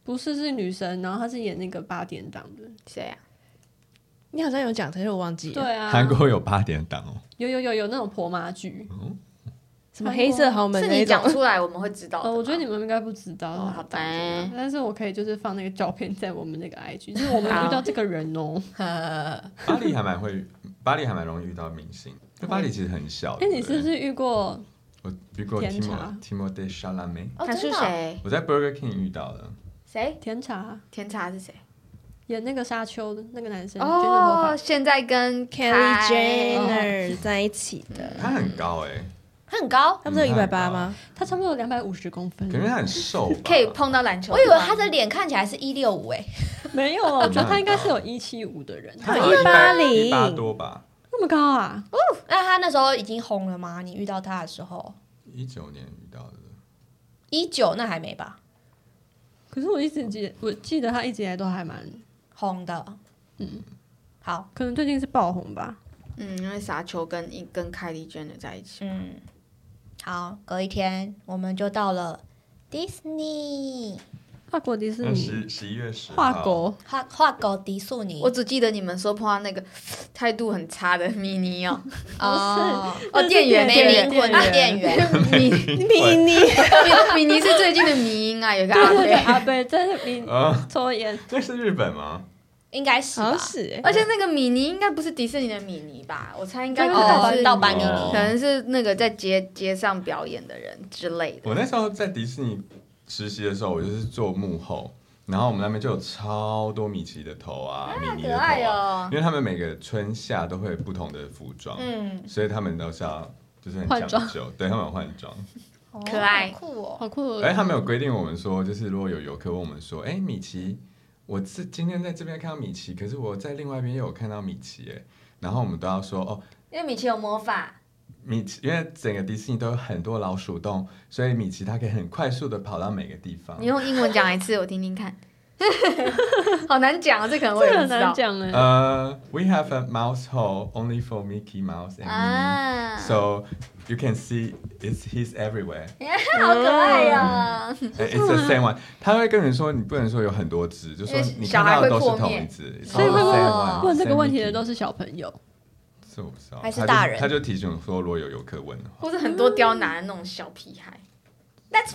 不是是女生，然后她是演那个八点档的。 谁啊？ 你好像有讲，可是我忘记了。 对啊， 韩国有八点档哦， 有有有有那种婆妈剧， 什么黑色豪门是你那种讲出来我们会知道的呃， 吗。 我觉得你们应该不知道， 哦好吧但是我可以就是放那个照片在我们那个 I G， 就是我们遇到这个人哦。 巴黎还蛮会，巴黎还蛮容易遇到明星，因为巴黎其实很小。 哎，你是不是遇过？ 我遇过甜茶 Timothée Chalamet， 哦， 他是真的哦谁？ 我在 Burger King 遇到的。 谁？ 甜茶甜茶是谁？ 演那个沙丘的那个男生，卷着头发哦，现在跟 Kylie 凯 Jenner 在一起的， 他很高哎， 他很高， 他不是有一百八吗？ 他差不多有两百五十公分可。能他很瘦吧， 可以碰到篮球。 我以为他的脸看起来是一六五哎， 没有，我觉得他应该是有一七五的人。 他有一八零一八多吧， 那么高啊？ 那他那时候已经红了吗？你遇到他的时候， 一九年遇到的。 一九那还没吧？ 可是我一直记，我记得他一直以来都还蛮， 红的， 嗯， 好， 可能最近是爆红吧。 嗯，因为沙丘跟一跟凯莉 Jenner 在一起。 嗯，好，隔一天我们就到了迪士尼， 法国迪士那尼， 十十一月十法国画画狗迪士尼。 我只记得你们说碰到那个态度很差的米妮哦， 哦， 哦，店员， 没店员， 灵魂的店员， 米米妮， 米妮是最近的迷音啊，有个阿对对对， 贝， 阿贝在那边啊， 抽烟。 那是日本吗？ 应该是吧好像？是哎， 而且那个米妮应该不是迪士尼的米妮吧？我猜应该可哦能是盗版米哦妮可能是那个在街街上表演的人之类的。 我那时候在迪士尼实习的时候，我就是做幕后，然后我们那边就有超多米奇的头啊，米妮的头可爱啊， 哦因为他们每个春夏都会有不同的服装， 嗯， 所以他们都是要就是很换装讲究，对他们有换装。 可爱好酷哦。 好酷哦！ 哎，他们有规定我们说，就是如果有游客问我们说，哎，米奇，我是今天在这边看到米奇，可是我在另外一边也有看到米奇，哎，然后我们都要说，哦， 因为米奇有魔法， 米奇，因为整个迪士尼都有很多老鼠洞，所以米奇它可以很快速的跑到每个地方你。用英文讲一次，我听听看。好难讲啊，这可能我这个很也不知道。 难讲哎。 呃、uh, we have a mouse hole only for Mickey Mouse and Minnie, 啊， so you can see it's he's everywhere. 好可爱呀！ It's the same one. 他会跟人说，你不能说有很多只，就说因为你看到的都是同一只。 所以会 It's all the 问 same one, 问这个 same 问题的 Mickey. 都是小朋友。 这我不知道， 还是他就大人他就提醒我说，如果有游客问的话， 或是很多刁难的那种小屁孩。That's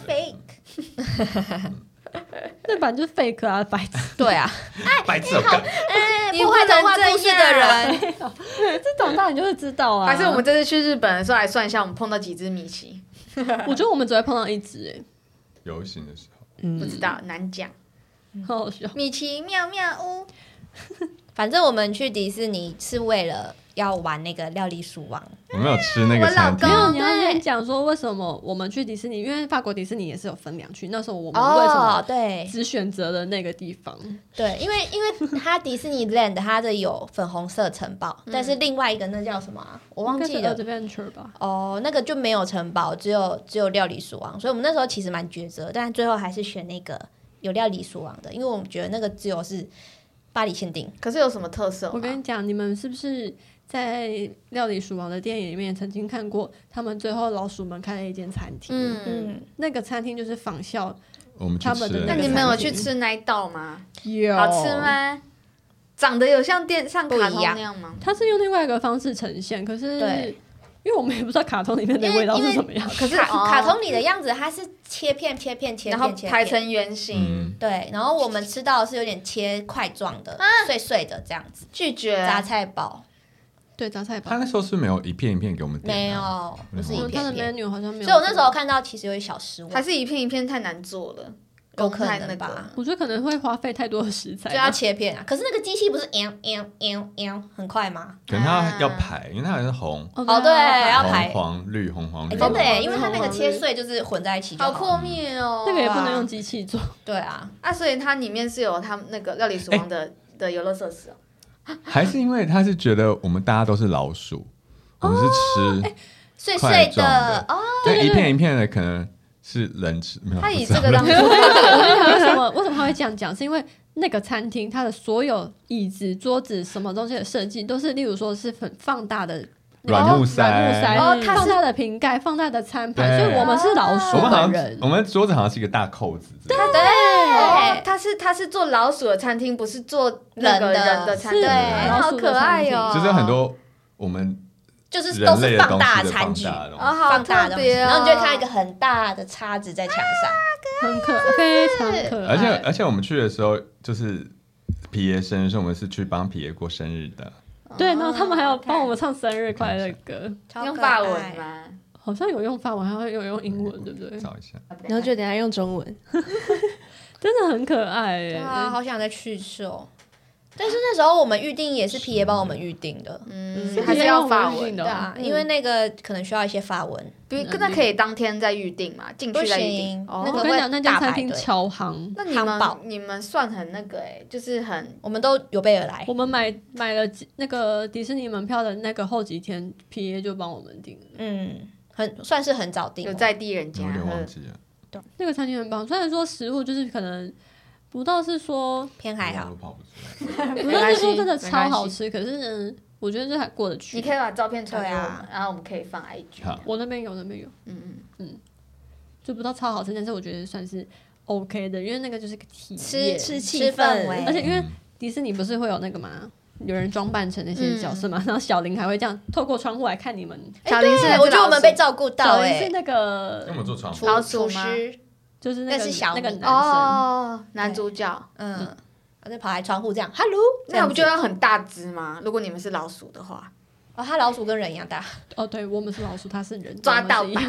fake。 那版就是 fake 啊，白痴！ 对啊， 白痴有干。 不会童话故事的人， 这长大你就会知道啊。 还是我们这次去日本的时候来算一下，我们碰到几只米奇？ 我觉得我们只会碰到一只，哎， 游行的时候， 不知道，难讲。 好好笑。 米奇妙妙屋， 反正我们去迪士尼是为了要玩那个料理鼠王。 我没有吃那个餐厅我老公没有，你要先讲说为什么我们去迪士尼，因为法国迪士尼也是有分两区。那时候我们为什哦， 么对只选择了那个地方？ 对，因为因为它迪士尼 Land 它的有粉红色城堡，但是另外一个那叫什么啊？我忘记了。 应该是 Adventure 吧？ 哦，那个就没有城堡，只有只有料理鼠王，所以我们那时候其实蛮抉择，但最后还是选那个有料理鼠王的，因为我们觉得那个只有是巴黎限定。 可是有什么特色吗？ 我跟你讲，你们是不是在料理鼠王的电影里面曾经看过，他们最后老鼠们开了一间餐厅？ 嗯， 嗯， 那个餐厅就是仿效我们去他们的吃了那个你们有去餐厅吃那一道吗？ 有好吃？吗？长得有像电像卡通不一样那样吗？ 它是用另外一个方式呈现，可是对因为我们也不知道卡通里面的味道是怎么样。 可是卡哦卡通里的样子，它是切片切片切然后片切片。 排成圆形， 嗯， 对，然后我们吃到的是有点切块状的，碎碎的这样子， 拒绝杂菜包对，杂菜他包。 那时候是没有一片一片给我们点、啊， 没有，不是一嗯它的片片。 menu 好像没有。 所以我那时候，看到其实有点小失望， 还是一片一片太难做了， 有可太那能吧个。 我觉得可能会花费太多的食材吧。 就要切片啊。可是那个机器不是喵喵喵喵很快吗？ 可能他要排，因为它好像是红、 哦哦，对，要红、 排。 黄、绿、红、黄、绿。 哎，真的耶， 红因为它那个黄切碎就是混在一起就好好。 破灭哦！ 那个也不能用机器做。 对啊， 啊，所以它里面是有他们那个料理鼠王的、的游乐设施哦。 还是因为他是觉得我们大家都是老鼠，我们是吃碎块碎状的哦， 那一片一片的可能是人吃，没有。 他以不知道这个当我跟你讲为什么为什么他会这样讲，是因为那个餐厅它的所有椅子、桌子、什么东西的设计都是，例如说是很放大的软木塞软木塞， 哦它是放大的瓶盖、放大的餐盘， 对所以我们是老鼠我们好像本人。 我们桌子好像是一个大扣子， 对对， 哦，他是他是做老鼠的餐厅，不是做那个人的餐厅， 对， 好可爱哦。 就是很多我们就是都是放大的餐具， 哦，好大的东西，然后你就会看到一个很大的叉子在墙上， 很可爱，非常可爱。 而且而且我们去的时候，就是皮爷生日，所以我们是去帮皮爷过生日的。 对，然后他们还有帮我们唱生日快乐歌， 用法文吗？ 好像有用法文，还有用英文，对不对？ 找一下， 然后就等一下用中文， 真的很可爱耶！ 啊，好想再去一次哦。但是那时候我们预定也是皮爷帮我们预定的， 嗯，还是要法文的，对啊，因为那个可能需要一些法文， 比那可以当天再预定嘛，进去再预定。 那个我跟你讲，那家餐厅超夯， 那你们你们算很那个哎，就是很， 我们都有备而来。 我们买买了那个迪士尼门票的那个后几天，皮爷就帮我们订了， 嗯，很算是很早订， 有在地人家， 有点忘记了。 对， 那个餐厅很棒，虽然说食物就是可能。不到是说偏还好， 不是说真的超好吃，可是呢，我觉得这还过得去。 你可以把照片传给我们，然后我们可以放 I G。 我那边有，那边有，嗯嗯嗯，就不到超好吃，但是我觉得算是 OK 的，因为那个就是个体验， 吃气氛围， 而且因为迪士尼不是会有那个嘛，有人装扮成那些角色嘛，然后小林还会这样透过窗户来看你们。 小林是，我觉得我们被照顾到， 哎，是那个那么做窗户老鼠吗？ 就是那个那个男生哦，男主角， 嗯，他就跑来窗户这样 ，Hello， 那不就要很大只吗？如果你们是老鼠的话， 哦，他老鼠跟人一样大， 哦，对，我们是老鼠，他是人， 抓到吧，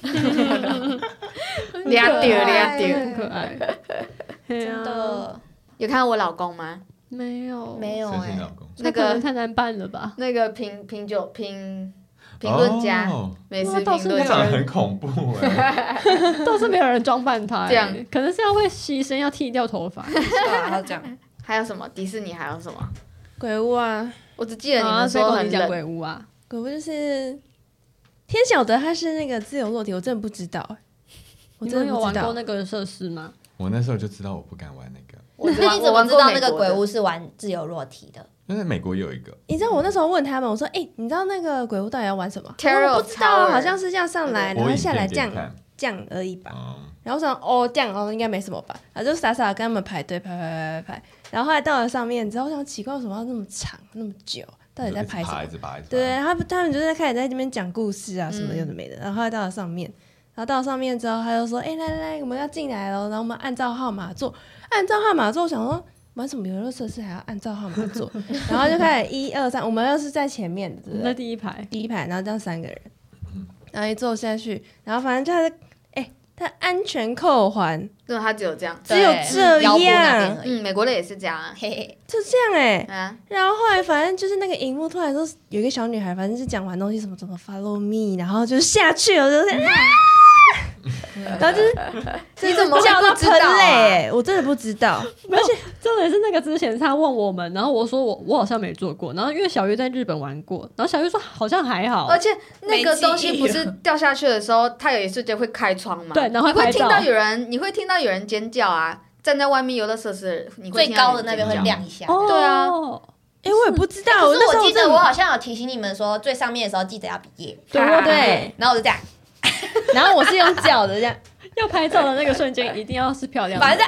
俩丢俩丢， 很可爱， 真的。 有看到我老公吗？ 没有， 没有哎， 那个太难办了吧？ 那个评评酒评。评论家，美食评论家很恐怖哎， 倒是没有人装扮他，这样可能是要会牺牲，要剃掉头发， 他这样。 还有什么？迪士尼还有什么？ 鬼屋啊， 我只记得你们说很冷。鬼屋啊， 鬼屋就是天晓得它是那个自由落体，我真的不知道，我真的有玩过那个设施吗？ 我那时候就知道我不敢玩那个。 我那你怎么知道那个鬼屋是玩自由落体的？ 因为美国有一个， 你知道我那时候问他们，我说：“哎、欸，你知道那个鬼屋到底要玩什么？” 我不知道，好像是这样上来，然后下来这样这样而已吧。 嗯、 然后我想，哦，这样哦，应该没什么吧。然后就傻傻跟他们排队排排排排排。然后后来到了上面之后，我想奇怪，为什么要那么长那么久？到底在排什么？对，他他们就在开始在这边讲故事啊，什么有的没的。嗯、然后后来到了上面，然后到了上面之后，他就说：“哎、欸，来来来，我们要进来了。”然后我们按照号码做，按照号码做，我想说。玩什么游乐设施还要按照号码做，然后就开始一二三，我们又是在前面的，对不对？ 在第一排， 第一排，然后这样三个人，然后一坐下去，然后反正就是，哎、欸，他安全扣环， 对，他只有这样， 只有这样， 嗯，美国的也是这样啊，嘿嘿， 就这样哎、欸， 啊、 然后后来反正就是那个荧幕突然说有一个小女孩，反正是讲完东西什么什么 follow me， 然后就下去了，就是。啊然后就是你怎么叫到喷泪、 欸？ 我真的不知道， 而且重点是那个之前他问我们，然后我说我我好像没做过，然后因为小鱼在日本玩过，然后小鱼说好像还好， 而且那个东西不是掉下去的时候，它有一瞬间会开窗嘛？ 对，然后你会听到有人，你会听到有人尖叫啊！站在外面游乐设施，你会最高的那边会亮一下。 哦、 对啊， 哎、欸，我也不知道。 可是我记得我好像有提醒你们说，最上面的时候记得要比耶。 对对对， 然后我就这样。 然后我是用脚的这样， 要拍照的那个瞬间一定要是漂亮的， 反正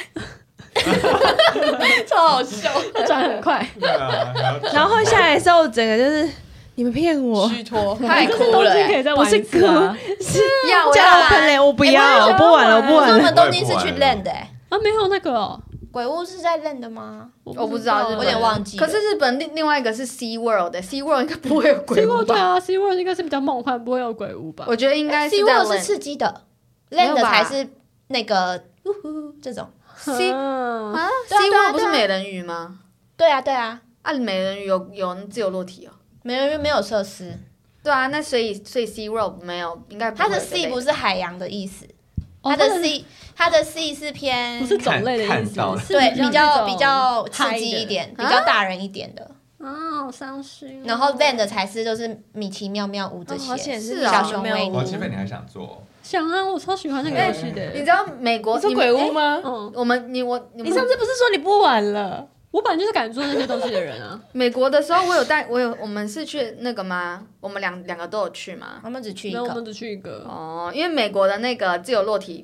超好笑， 转很快。 然后下来的时候，整个就是你们骗我， 虚脱，太哭了、 欸，可以再玩一次啊！ 是要叫我喷嘞，我不要，我不玩了，我不玩了。 我们东京是去 land 的、欸， 啊，没有那个、哦、 鬼屋是在 land 的吗？ 我不知道， 我有点忘记。 可是日本另另外一个是 Sea World 的 ，Sea World 应该不会有鬼屋吧？ Sea World 对啊 ，Sea World 应该是比较梦幻，不会有鬼屋吧？ 我觉得应该是 Sea World 是刺激的 ，land 的才是那个呜呼这种。 Sea 啊 ，Sea World 不是美人鱼吗？ 对啊，对啊。 啊，美人鱼有有自由落体哦。 美人鱼没有设施。 对啊，那所以所以 Sea World 没有，应该它的 sea 不是海洋的意思。它的 sea， 它的 sea 是偏不是种类的意思， 对，比较比较刺激一点，比较大人一点的。 啊，好伤心。 然后 land 才是就是米奇妙妙屋这些， 是小熊维尼。 哦，前面你还想做？ 想啊，我超喜欢那个游戏的。 你知道美国你说鬼屋吗？ 嗯，我们你我你上次不是说你不玩了？ 我本来就是敢做那些东西的人啊。 美国的时候，我有带我有我们是去那个吗？我们两两个都有去吗？ 我们只去一个， 我们只去一个。 哦，因为美国的那个自由落体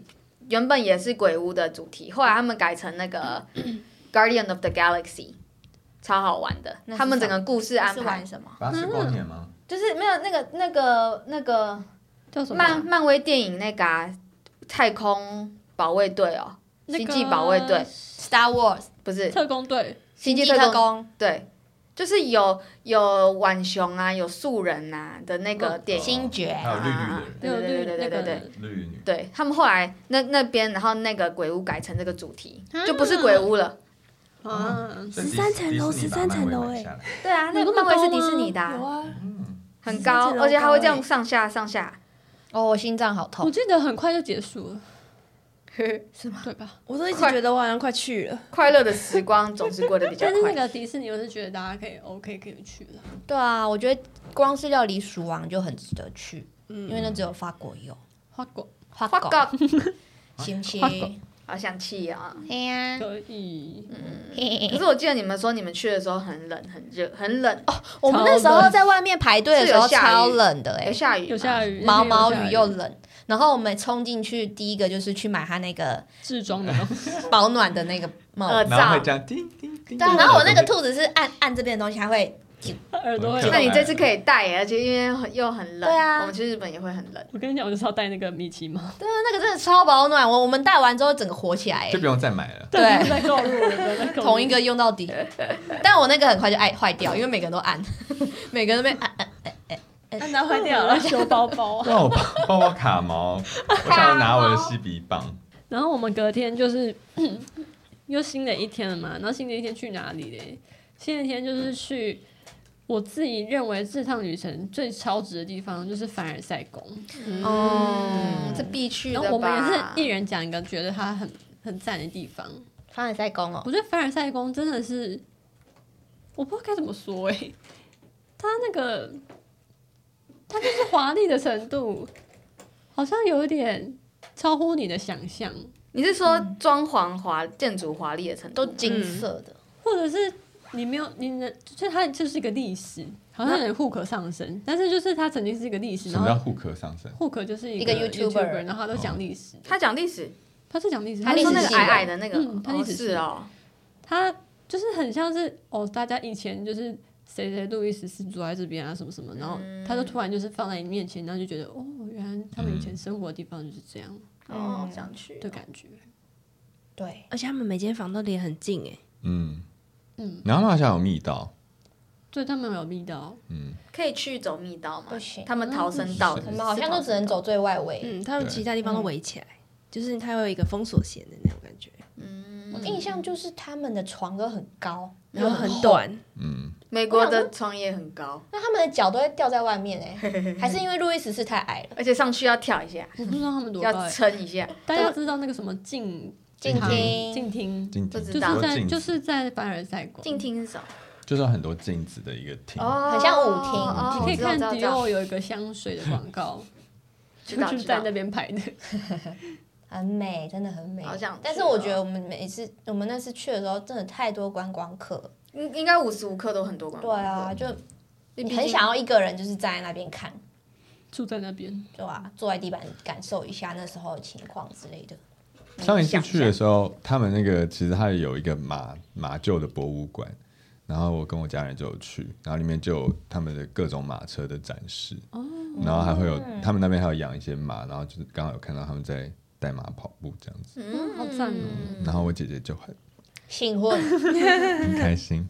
原本也是鬼屋的主题，后来他们改成那个 Guardian of the Galaxy， 超好玩的。他们整个故事安排是什么？ 巴斯光年吗？ 就是没有那个那个那个叫什么漫漫威电影那个、啊、太空保卫队哦， 那个星际保卫队 Star Wars 不是特工队， 星际特工对。就是有有浣熊啊，有树人呐、啊、的那个电影， 星爵还有绿绿的， 对对对对对对对， 绿女， 对他们后来那那边，然后那个鬼屋改成这个主题，就不是鬼屋了。 啊， 十三层楼，十三层楼哎， 对啊，那个漫威是迪士尼的、 有啊， 很高，而且它会这样上下上下。 哦，我心脏好痛。 我记得很快就结束了， 是吗？ 对吧？ 我都一直觉得我好像快去了。 快乐的时光总是过得比较但是那快。 个迪士尼，我是觉得大家可以 OK 可以去的。 对啊，我觉得光是料理鼠王就很值得去， 嗯因为那只有法国有。 花果花狗， 花狗， 行不行？ 花狗好想气啊！ 嘿呀， 可以， 可是我记得你们说你们去的时候很冷很热很冷哦， 我们那时候在外面排队的时候是有下雨超冷的哎、 有下雨吗有下雨， 毛毛雨又有下冷。然后我们冲进去，第一个就是去买他那个制装的东西， 保暖的那个帽耳子。 然后会罩。 这样叮叮叮。 对啊，然后我那个兔子是按按这边的东西，它会。 耳朵会对那你这次可以戴耶，而且因为很又很冷， 对啊我们去日本也会很冷。 我跟你讲，我就是要戴那个米奇猫， 对啊，那个真的超保暖，我我们戴完之后整个火起来、欸， 就不用再买了。 对不在购入了，不在购入同一个用到底。但我那个很快就爱坏掉，因为每个人都按，每个人都被按按按按。 按到坏掉了， 修包包啊。 让我包包卡毛，我想要拿我的吸鼻棒。 然后我们隔天就是又新的一天了嘛，然后新的一天去哪里嘞？新的一天就是去我自己认为这趟旅程最超值的地方，就是凡尔赛宫。 哦，这必去的吧。 然后我们也是一人讲一个觉得它很很赞的地方。 凡尔赛宫哦， 我觉得凡尔赛宫真的是，我不知道该怎么说哎、欸，它那个它就是华丽的程度，好像有一点超乎你的想象。 你是说装潢华、建筑华丽的程度都金色的， 或者是你没有你的，就它就是一个历史，好像有点户可上升，但是就是它曾经是一个历史，然后什么叫户可上升？ 户可就是一一个个 YouTuber 然后他都讲历史， 他讲历史， 他是讲历史， 他说历史系的那个矮矮的那个， 嗯他历哦史系是哦， 他就是很像是哦，大家以前就是谁谁路易十四住在这边啊什么什么，然后他就突然就是放在你面前，然后就觉得哦，原来他们以前生活的地方就是这样哦，想去的感觉。 对， 而且他们每间房都离很近哎。 嗯嗯， 然后他们好像有密道， 对他们有密道， 可以去走密道吗？ 不行他们逃生道， 我们好像都只能走最外围。 嗯，他们其他地方都围起来，就是它有一个封锁线的那种感觉， 我印象就是他们的床都很高， 然后很厚， 短。 嗯， 美国的床也很高， 那他们的脚都会掉在外面哎，还是因为路易十四太矮了？ 而且上去要跳一下， 我不知道他们多高、 要欸。 撑一下。 大家知道那个什么静静堂厅静厅， 镜不知道就是在镜子就是在凡尔赛宫， 静听是什么？ 就是有很多镜子的一个厅。 哦很像舞厅哦你可以看我知道迪奥有一个香水的广告，就是在那边拍的。 很美，真的很美。 好想去哦但是我觉得我们每一次我们那次去的时候，真的太多观光客。 应应该无时无刻都很多观对光客。 啊，就毕竟你很想要一个人就是站在那边看， 住在那边， 对吧、坐在地板感受一下那时候的情况之类的。 上一次去的时候，他们那个其实它有一个马马厩的博物馆，然后我跟我家人就有去，然后里面就有他们的各种马车的展示，然后还会有他们那边还有养一些马，然后就是刚好有看到他们在带马跑步这样子， 嗯，好赞哦！ 然后我姐姐就很新婚， 很开心。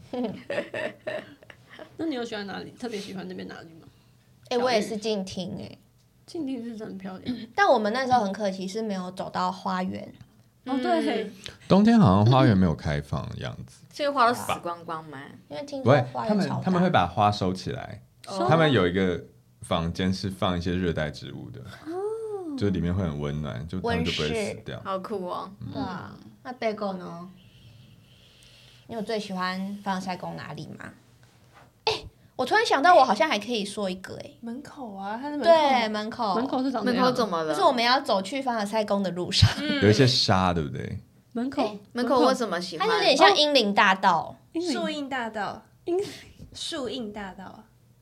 那你有喜欢哪里？特别喜欢那边哪里吗？ 哎、我也是静听哎， 静听是真的很漂亮。 但我们那时候很可惜是没有走到花园， 哦，对， 冬天好像花园没有开放的样子， 这个花都死光光吗？ 因为听不会， 说花他园超大。 们他们会把花收起来， 哦他们有一个房间是放一些热带植物的，就里面会很温暖，就他们就不会温室死掉。 好酷哦！ 对啊，那贝狗呢？你有最喜欢凡尔赛宫哪里吗？哎、我突然想到，我好像还可以说一个哎、 门口啊，它的门口对，门口， 门口是长门怎样口怎么了？ 就是我们要走去凡尔赛宫的路上， 有一些沙，对不对？ 门口门口为什么喜欢？ 它有点像英灵大道。 树荫大道， 英树荫大道啊，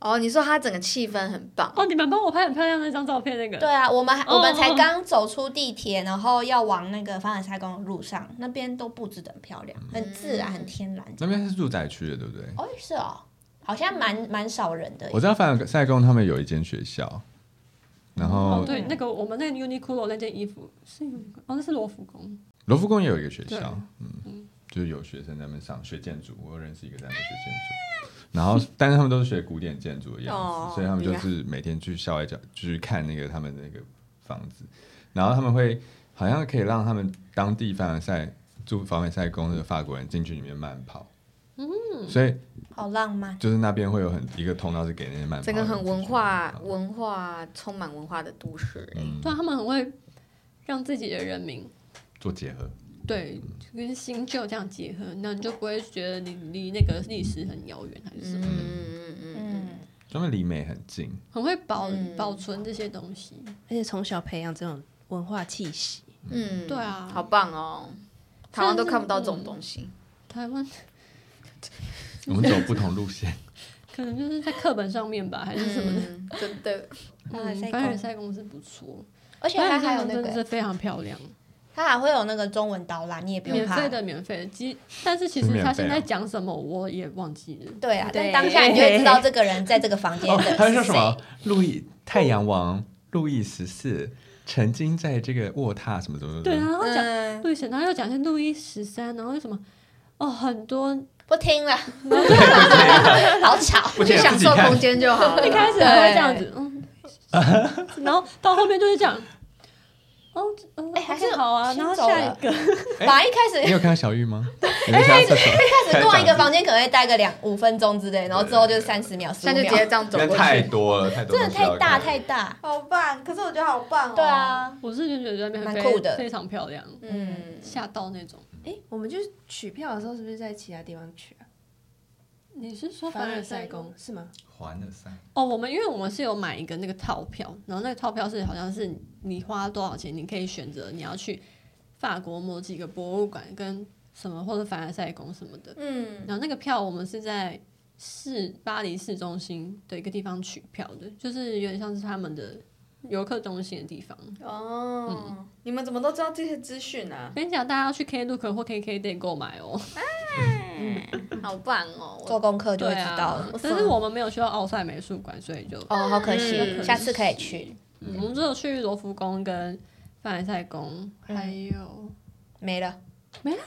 哦，你说它整个气氛很棒哦，你们帮我拍很漂亮那张照片，那个对啊，我们我们才刚走出地铁，然后要往那个凡尔赛宫的路上，那边都布置得很漂亮，很自然，很天然。 那边是住宅区的，对不对？ 哦，是哦，好像蛮蛮少人的。 我知道凡尔赛宫他们有一间学校，然后哦对，那个我们那个 Uniqlo 那件衣服是哦，那是罗浮宫。 罗浮宫也有一个学校，嗯，就是有学生在那边上学建筑，我有认识一个在那边学建筑。然后，但是他们都是学古典建筑的样子，哦、所以他们就是每天去校外教，就是看那个他们那个房子，然后他们会好像可以让他们当地凡尔赛住凡尔赛宫那个法国人进去里面慢跑，嗯，所以好浪漫， 就是那边会有很一个通道是给那些慢跑， 整个很文化文化充满文化的都市、欸， 嗯，对，他们很会让自己的人民做结合。 对，跟新旧这样结合，那你就不会觉得你离那个历史很遥远，还是什么的。嗯嗯嗯嗯， 他们离美很近， 很会保、嗯、保存这些东西， 而且从小培养这种文化气息。 嗯，对啊， 好棒哦！台湾都看不到这种东西。 嗯、台湾， 我们走不同路线， 可能就是在课本上面吧，还是什么的。 嗯、真的， 嗯，凡尔赛宫是不错， 而且它还有那个真的是非常漂亮。 它还会有那个中文导览，你也不用怕。 免费的，免费的。但是其实他现在讲什么我也忘记了。 对啊，但当下你就会知道这个人在这个房间的是谁。 他说什么？路易太阳王路易十四曾经在这个卧榻什么什么。 对，然后讲路易十，然后又讲一些路易十三，然后什么哦，很多不听了，好吵， 就享受空间就好了。 一开始还会这样子，嗯，然后到后面就是讲。哦，哎、欸，还是好啊。然后下一个， 本来一开始你有看到小玉吗？ 一开始一开始逛一个房间可能会待个两五分钟之类，然后之后就是三十秒、十五秒， 就直接这样走过去。 太多了，太多， 真的太大太大， 好棒！可是我觉得好棒哦。 对啊， 我是就觉得那边蛮酷的， 非常漂亮，嗯，吓到那种。 哎、欸，我们就是取票的时候是不是在其他地方取啊？ 你是说凡尔赛宫是吗？ 凡尔赛哦，我们因为我们是有买一个那个套票，然后那个套票是好像是你花多少钱，你可以选择你要去法国某几个博物馆跟什么或者凡尔赛宫什么的。嗯，然后那个票我们是在市巴黎市中心的一个地方取票的，就是有点像是他们的游客中心的地方。 哦，嗯、你们怎么都知道这些资讯啊？ 跟你讲，大家要去 Klook 或 K K Day 购买哦。 嗯，好棒哦！ 做功课就会知道了。 啊、但是我们没有去到奥赛美术馆，所以就哦，好可惜，嗯、下次可以去。 嗯、我们只有去罗浮宫跟凡尔赛宫，嗯、还有没了， 没了，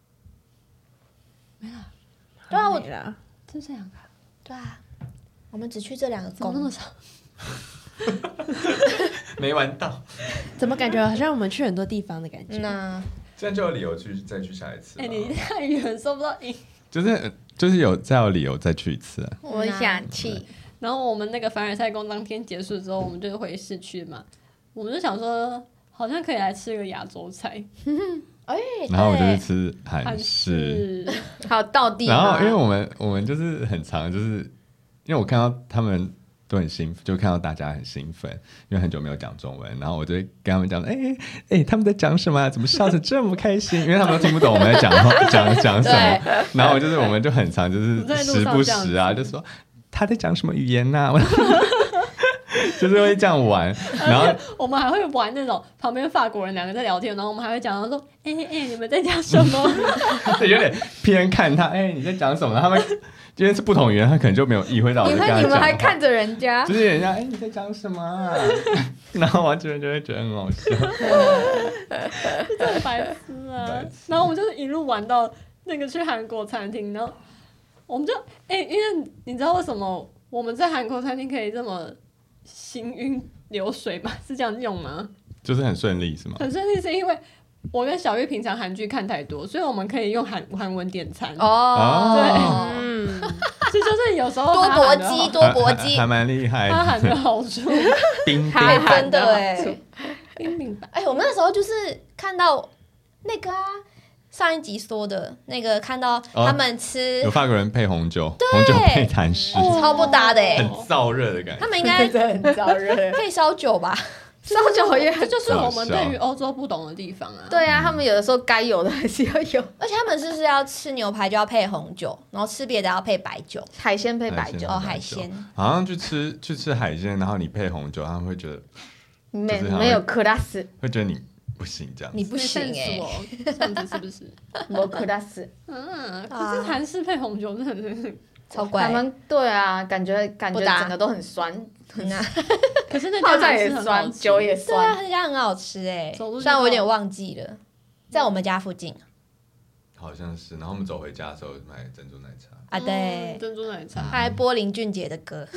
没了。 对啊，我没了， 就这样啊。 对啊，我们只去这两个宫， 那么少。 没玩到， 怎么感觉好像我们去很多地方的感觉？ 那这样就有理由去再去下一次。 哎、欸，你太远，收不到音。 就是就是有再有理由再去一次、啊。 我想去。 然后我们那个凡尔赛宫当天结束之后，我们就回市区嘛。我们就想说，好像可以来吃个亚洲菜。 哎、欸， 然后我就去吃韩式， 好道地。 然后因为我们我们就是很常就是因为我看到他们。都很兴奋，就看到大家很兴奋，因为很久没有讲中文，然后我就会跟他们讲，哎、欸、哎、欸，他们在讲什么、啊？怎么笑得这么开心？因为他们都听不懂我们在讲讲讲什么。然后就是我们就很常就是时不时啊，就说他在讲什么语言呐、啊？就是会这样玩，然后我们还会玩那种旁边法国人两个在聊天，然后我们还会讲到说，哎、欸、哎、欸，你们在讲什么？ 对，有点偏看他，哎、欸，你在讲什么？他们。因为是不同语言，他可能就没有意会到我在跟他讲。 你们还看着人家， 就是人家哎、欸、你在讲什么、啊？然后完全就会觉得很好笑， 这种白痴啊！然后我们就是一路玩到那个去韩国餐厅，然后我们就哎、欸，因为你知道为什么我们在韩国餐厅可以这么行云流水吗？是这样用吗？ 就是很顺利是吗？ 很顺利是因为。我跟小玉平常韩剧看太多，所以我们可以用韩韩文点餐。 哦， 对，嗯，这就是有时候多国机，多国机还蛮厉害的。 他喊的好处， 冰冰真的哎， 冰冰哎，我们那时候就是看到那个啊，上一集说的那个，看到他们吃、 哦、有法国人配红酒，红酒配韩式， 哦、超不搭的哎， 很燥热的感觉。 他们应该很燥热， 配烧酒吧。 烧酒也很， 这就是我们对于欧洲不懂的地方啊。 对啊，他们有的时候该有的还是要有， 而且他们是不是要吃牛排就要配红酒，然后吃别的要配白酒， 海鲜配白酒哦，海鲜。 好像去吃去吃海鲜，然后你配红酒，他们会觉得没没有 class， 会觉得你不行这样。 你不行哎， 这样子是不是？ 没 class。 嗯，可是韩式配红酒真的是超怪。 他们对啊，感觉感觉整个都很酸。 可是那泡菜也酸，酒也酸。 对啊，那家很好吃哎，虽然我有点忘记了，在我们家附近。 好像是，然后我们走回家的时候买珍珠奶茶啊，对， 珍珠奶茶， 还播林俊杰的歌。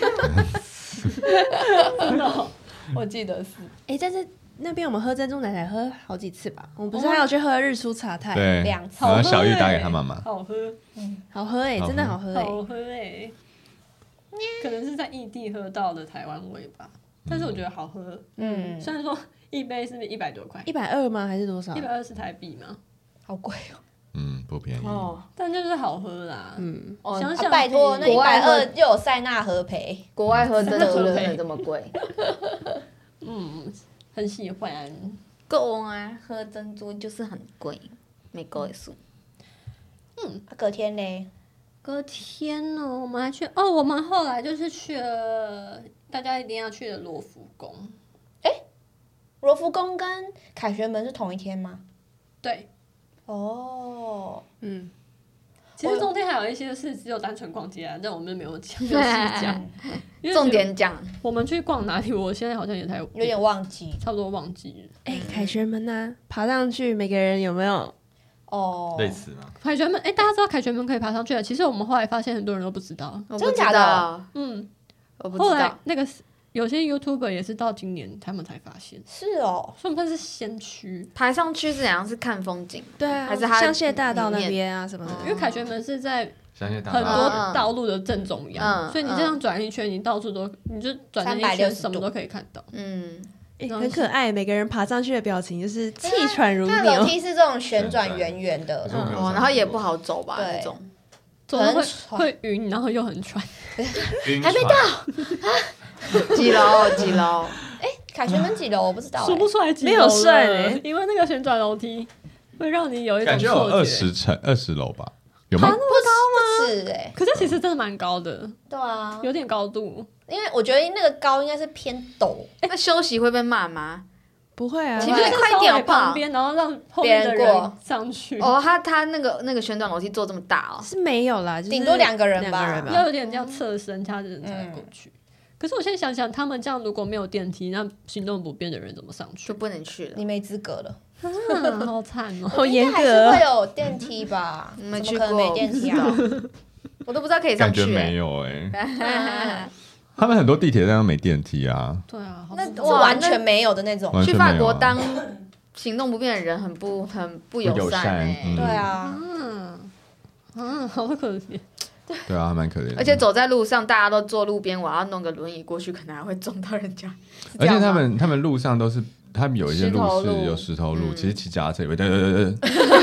我记得是。 哎，但是那边我们喝珍珠奶茶喝好几次吧？我们不是还有去喝日出茶太？ 对， 两次。 然后小玉打给他妈妈， 好喝， 嗯，好喝哎，真的好喝哎， 好喝哎。可能是在异地喝到的台湾味吧，但是我觉得好喝。嗯，虽然说一杯是不是一百多块？ 一百二吗？还是多少？ 一百二十台币吗？ 好贵哦。 嗯，不便宜哦，但就是好喝啦。嗯，想想拜托，那一百二又有塞纳河赔， 国外喝珍珠真的这么贵？ 嗯，很喜欢。 够啊，喝珍珠就是很贵，美国也是。 嗯，隔天嘞？ 隔天呢，我们还去哦，我们后来就是去了大家一定要去的罗浮宫。 哎、欸，罗浮宫跟凯旋门是同一天吗？ 对。 哦， 嗯。其实中间还有一些是只有单纯逛街啊，但我们没有讲，没有细讲。 重点讲， 我们去逛哪里？我现在好像也才有点忘记， 差不多忘记了。 哎、欸，凯旋门啊，爬上去，每个人有没有？ 哦， 类似吗？ 凯旋门，哎、欸，大家知道凯旋门可以爬上去了。其实我们后来发现很多人都不知道， 真的假的？ 嗯， 我不知道。 后来那个有些 YouTuber 也是到今年他们才发现。 是哦， 所以我们算是先驱。 爬上去是怎样？是看风景？ 对啊， 还是它香榭大道那边啊什么的？ 因为凯旋门是在很多道路的正中央， 嗯、 所以你这样转一圈，你到处都，你就转了一圈，什么都可以看到。 嗯。 欸、很可爱，每个人爬上去的表情就是气喘如牛。 它楼梯是这种旋转圆圆的， 嗯哦，然后也不好走吧？那种走的会会晕，然后又很喘。 还没到， 几楼？几楼？ 哎，凯旋门几楼？我不知道， 说不出来几楼， 没有算哎， 因为那个旋转楼梯会让你有一种感觉有二十层、二十楼吧？有吗？ 那么高吗？是哎， 可是其实真的蛮高的。 对啊， 有点高度。 因为我觉得那个高应该是偏陡， 那休息会被骂吗？ 不会啊， 其实快点旁边，然后让后面的人上去。 哦，他他那个那个旋转楼梯做这么大哦， 是没有啦， 顶多两个人吧， 要有点这样侧身，他人才过去。可是我现在想想，他们这样如果没有电梯，那行动不便的人怎么上去？ 就不能去了， 你没资格了。 啊，好惨哦， 好严格。 还是会有电梯吧？ 没去过， 没电梯啊？ 我都不知道可以上去。 感觉没有哎。他们很多地铁站都没电梯啊。 对啊， 那是完全没有的那种。 去法国当行动不便的人很不很不友善哎。 对啊， 嗯嗯，好可怜。 对啊，蛮可怜的。 而且走在路上，大家都坐路边，我要弄个轮椅过去，可能还会撞到人家。 而且他们他们路上都是，他们有一些路是有石头路，其实骑脚踏车也会对对对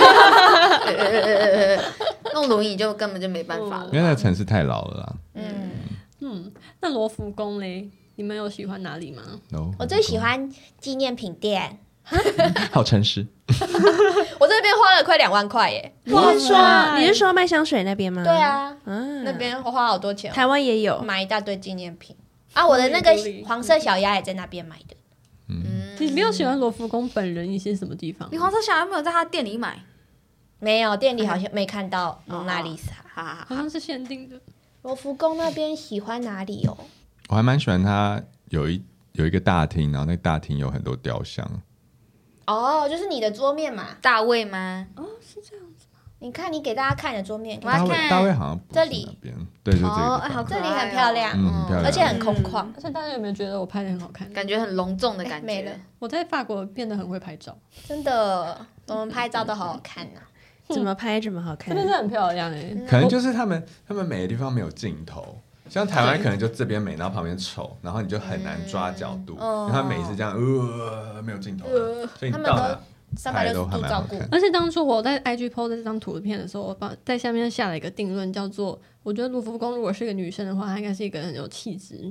对。弄轮椅就根本就没办法了， 因为那个城市太老了啦。 嗯嗯，那罗浮宫嘞，你们有喜欢哪里吗？ 我最喜欢纪念品店。 好诚实。 我这边花了快两万块耶！ 你是说你是说卖香水那边吗？ 对啊，嗯、那边我花好多钱、喔。 台湾也有买一大堆纪念品啊！我的那个黄色小鸭也在那边买的。 嗯，你没有喜欢罗浮宫本人一些什么地方？ 你黄色小鸭没有在他店里买？ 没有，店里好像没看到蒙娜丽莎， 好像是限定的。 罗浮宫那边喜欢哪里哦？ 我还蛮喜欢它有一有一个大厅，然后那个大厅有很多雕像。 哦，就是你的桌面嘛， 大卫吗？ 哦，是这样子吗？ 你看你给大家看你的桌面， 大卫大卫好像不是这里， 对，就这个地方， 哦， 这里很漂亮， 嗯，很漂亮， 而且很空旷。 而且大家有没有觉得我拍的很好看？ 感觉很隆重的感觉。 没了， 我在法国变得很会拍照， 真的，我们拍照都好好看呐。 怎么拍怎么好看， 真的是很漂亮哎。 可能就是他们他们每个地方没有镜头。像台湾可能就这边美，然后旁边丑，然后你就很难抓角度。然后他每次这样，呃，没有镜头，所以你到哪拍都还蛮好看。 而且当初我在 I G po 这张图片的时候，我把在下面下了一个定论，叫做我觉得卢浮宫如果是个女生的话，她应该是一个很有气质、